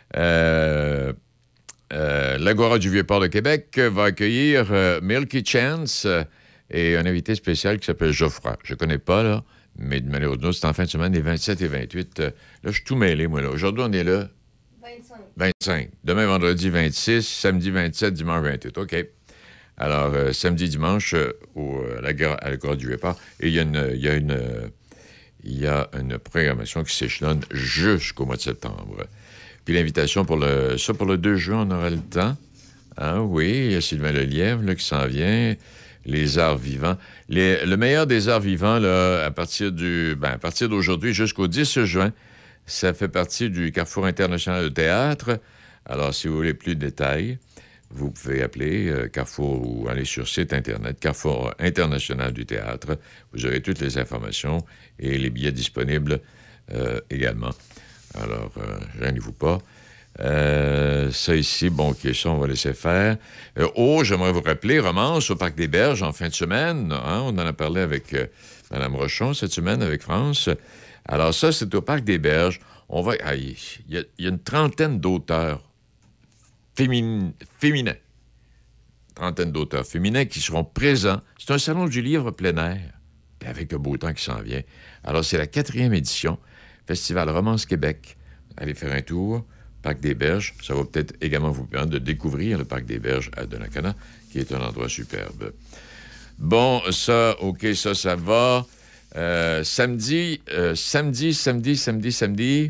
S4: euh, euh, l'Agora du Vieux-Port de Québec va accueillir euh, Milky Chance euh, et un invité spécial qui s'appelle Geoffroy. Je ne connais pas, là, mais de manière ou d'une autre, c'est en fin de semaine, les vingt-sept et vingt-huit. Euh, là, je suis tout mêlé, moi, là. Aujourd'hui, on est là.
S3: vingt-cinq.
S4: vingt-cinq. Demain, vendredi, vingt-six. Samedi, vingt-sept. Dimanche, vingt-huit. OK. Alors, euh, samedi, dimanche, euh, au, à la gare, à la gare du Vieux-Port. Et il y a une, il y a une, euh, il y a une programmation qui s'échelonne jusqu'au mois de septembre. Puis l'invitation pour le, ça, pour le deux juin, on aura le temps. Ah oui, il y a Sylvain Lelièvre là, qui s'en vient. Les arts vivants. Les, le meilleur des arts vivants, là, à partir du, ben, à partir d'aujourd'hui jusqu'au dix juin, ça fait partie du Carrefour international de théâtre. Alors, si vous voulez plus de détails, vous pouvez appeler euh, Carrefour ou aller sur site Internet, Carrefour international du théâtre. Vous aurez toutes les informations et les billets disponibles euh, également. Alors, euh, gênez-vous pas. Euh, ça ici, bon, OK, ça, on va laisser faire. Euh, oh, j'aimerais vous rappeler, Romance au Parc des Berges en fin de semaine. Hein? On en a parlé avec euh, Mme Rochon cette semaine, avec France. Alors ça, c'est au Parc des Berges. On va... Ah, il y, a, il y a une trentaine d'auteurs fémin... féminins. Trentaine d'auteurs féminins qui seront présents. C'est un salon du livre plein air, puis avec le beau temps qui s'en vient. Alors, c'est la quatrième édition, Festival Romance Québec. Allez faire un tour, Parc des Berges. Ça va peut-être également vous permettre de découvrir le Parc des Berges à Donnacona, qui est un endroit superbe. Bon, ça, OK, ça, ça va... Euh, samedi, euh, samedi, samedi, samedi, samedi,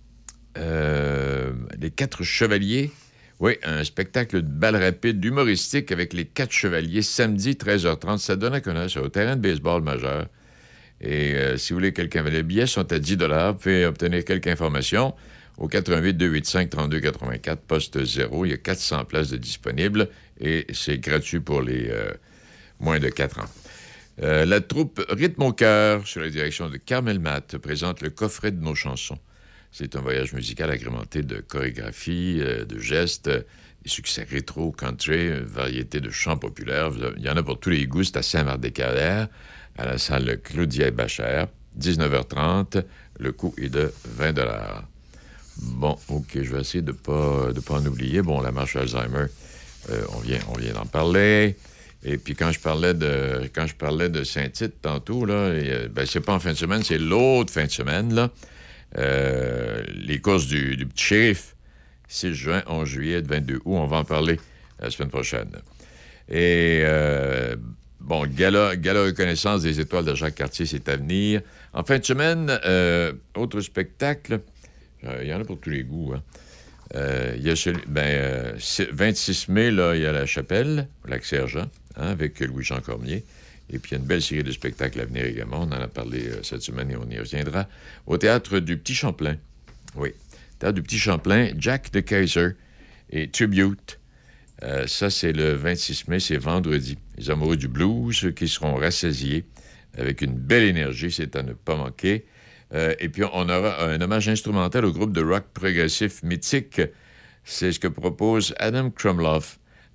S4: euh, les quatre chevaliers. Oui, un spectacle de balle rapide humoristique avec les quatre chevaliers, samedi, treize heures trente. Ça donne à connaître, c'est au terrain de baseball majeur. Et euh, si vous voulez quelqu'un, les billets sont à dix dollars. Vous pouvez obtenir quelques informations au quatre-vingt-huit deux cent quatre-vingt-cinq trente-deux quatre-vingt-quatre, poste zéro. Il y a quatre cents places de disponibles et c'est gratuit pour les euh, moins de quatre ans. Euh, la troupe Rythme au cœur, sous la direction de Carmel Matt, présente le coffret de nos chansons. C'est un voyage musical agrémenté de chorégraphie, euh, de gestes, euh, des succès rétro, country, une variété de chants populaires. Il y en a pour tous les goûts. C'est à Saint-Marc-des-Carrières, à la salle Claudia Bachère, dix-neuf heures trente. Le coût est de vingt dollars. Bon, OK, je vais essayer de ne pas, de pas en oublier. Bon, la marche Alzheimer, euh, on vient, on vient d'en parler. Et puis quand je parlais de quand je parlais de Saint-Tite tantôt, là, et, ben, c'est pas en fin de semaine, c'est l'autre fin de semaine, là. Euh, les courses du, du petit shérif, six juin, onze juillet, vingt-deux août, on va en parler la semaine prochaine. Et euh, bon, gala, gala reconnaissance des étoiles de Jacques Cartier, c'est à venir. En fin de semaine, euh, autre spectacle, il y en a pour tous les goûts, hein. Euh, il y a celui, ben, euh, vingt-six mai, là, il y a la Chapelle, Lac-Sergent, hein, avec Louis-Jean Cormier. Et puis, il y a une belle série de spectacles à venir également. On en a parlé euh, cette semaine et on y reviendra. Au Théâtre du Petit Champlain. Oui. Théâtre du Petit Champlain, Jack de Kaiser et Tribute. Euh, ça, c'est le vingt-six mai, c'est vendredi. Les amoureux du blues qui seront rassasiés avec une belle énergie, c'est à ne pas manquer. Euh, et puis, on aura un hommage instrumental au groupe de rock progressif mythique. C'est ce que propose Adam Krumloff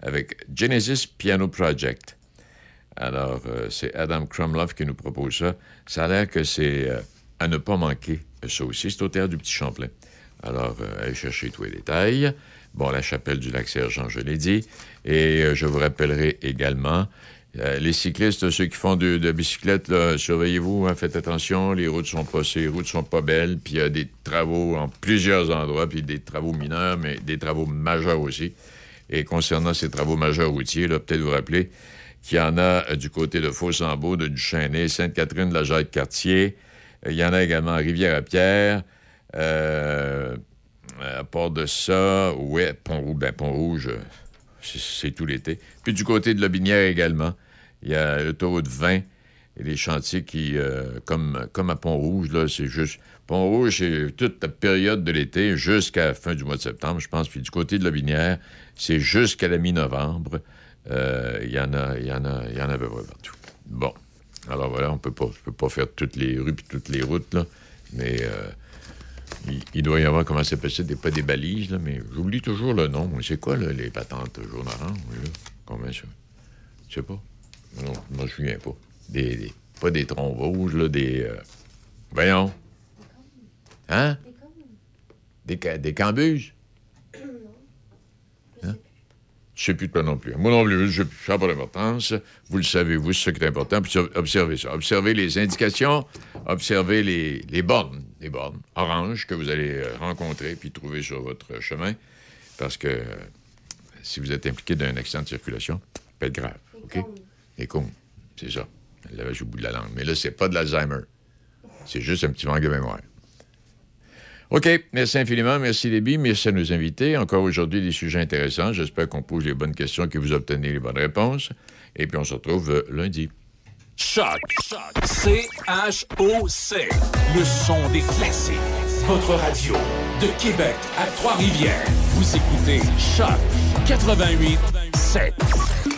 S4: avec Genesis Piano Project. Alors, euh, c'est Adam Krumlov qui nous propose ça. Ça a l'air que c'est euh, à ne pas manquer, ça aussi. C'est au Théâtre du Petit Champlain. Alors, euh, allez chercher tous les détails. Bon, la chapelle du Lac-Sergent, je l'ai dit. Et euh, je vous rappellerai également, euh, les cyclistes, ceux qui font de, de bicyclette, là, surveillez-vous, hein, faites attention, les routes sont pas, les routes sont pas belles, puis il y a des travaux en plusieurs endroits, puis des travaux mineurs, mais des travaux majeurs aussi. Et concernant ces travaux majeurs routiers, là, peut-être vous rappeler qu'il y en a euh, du côté de Fossambeau, de Duchesnay, Sainte-Catherine, de la Jacques-Cartier. Euh, il y en a également à Rivière-à-Pierre. Euh, à part de ça, ouais, Pont-Rouge, ben Pont-Rouge, c'est, c'est tout l'été. Puis du côté de Lobinière également, il y a l'autoroute vingt et les chantiers qui, euh, comme, comme à Pont-Rouge, là, c'est juste... Pont-Rouge, c'est toute la période de l'été jusqu'à la fin du mois de septembre, je pense. Puis du côté de Lobinière, c'est jusqu'à la mi-novembre. Euh, il y en a, il y en a, il y en a à peu près partout. Bon. Alors voilà, on peut pas, je peux pas faire toutes les rues puis toutes les routes, là, mais... Euh, Il, il doit y avoir, comment ça s'appelle ça, des, pas des balises, là, mais j'oublie toujours le nom. C'est quoi, là, les patentes jaune orange, là? Combien ça? Je sais pas. Non, je m'en souviens pas. Des, des, pas des troncs rouges, là, des... Euh... Voyons. Hein? Des, des cambuses? Hein? Je sais plus de quoi non plus. Moi non plus, je ça n'a pas d'importance. Vous le savez, vous, c'est ce qui est important. Puis observez ça. Observez les indications, observez les, les bornes, les bornes oranges que vous allez rencontrer puis trouver sur votre chemin. Parce que euh, si vous êtes impliqué dans un accident de circulation, ça peut être grave. OK? Les cônes, c'est ça. Le lavage au bout de la langue. Mais là, c'est pas de l'Alzheimer. C'est juste un petit manque de mémoire. OK, merci infiniment. Merci, Déby. Merci à nos invités. Encore aujourd'hui, des sujets intéressants. J'espère qu'on pose les bonnes questions et que vous obtenez les bonnes réponses. Et puis, on se retrouve euh, lundi.
S1: Choc. C H O C. Le son des classiques. Votre radio de Québec à Trois-Rivières. Vous écoutez Choc quatre-vingt-huit sept.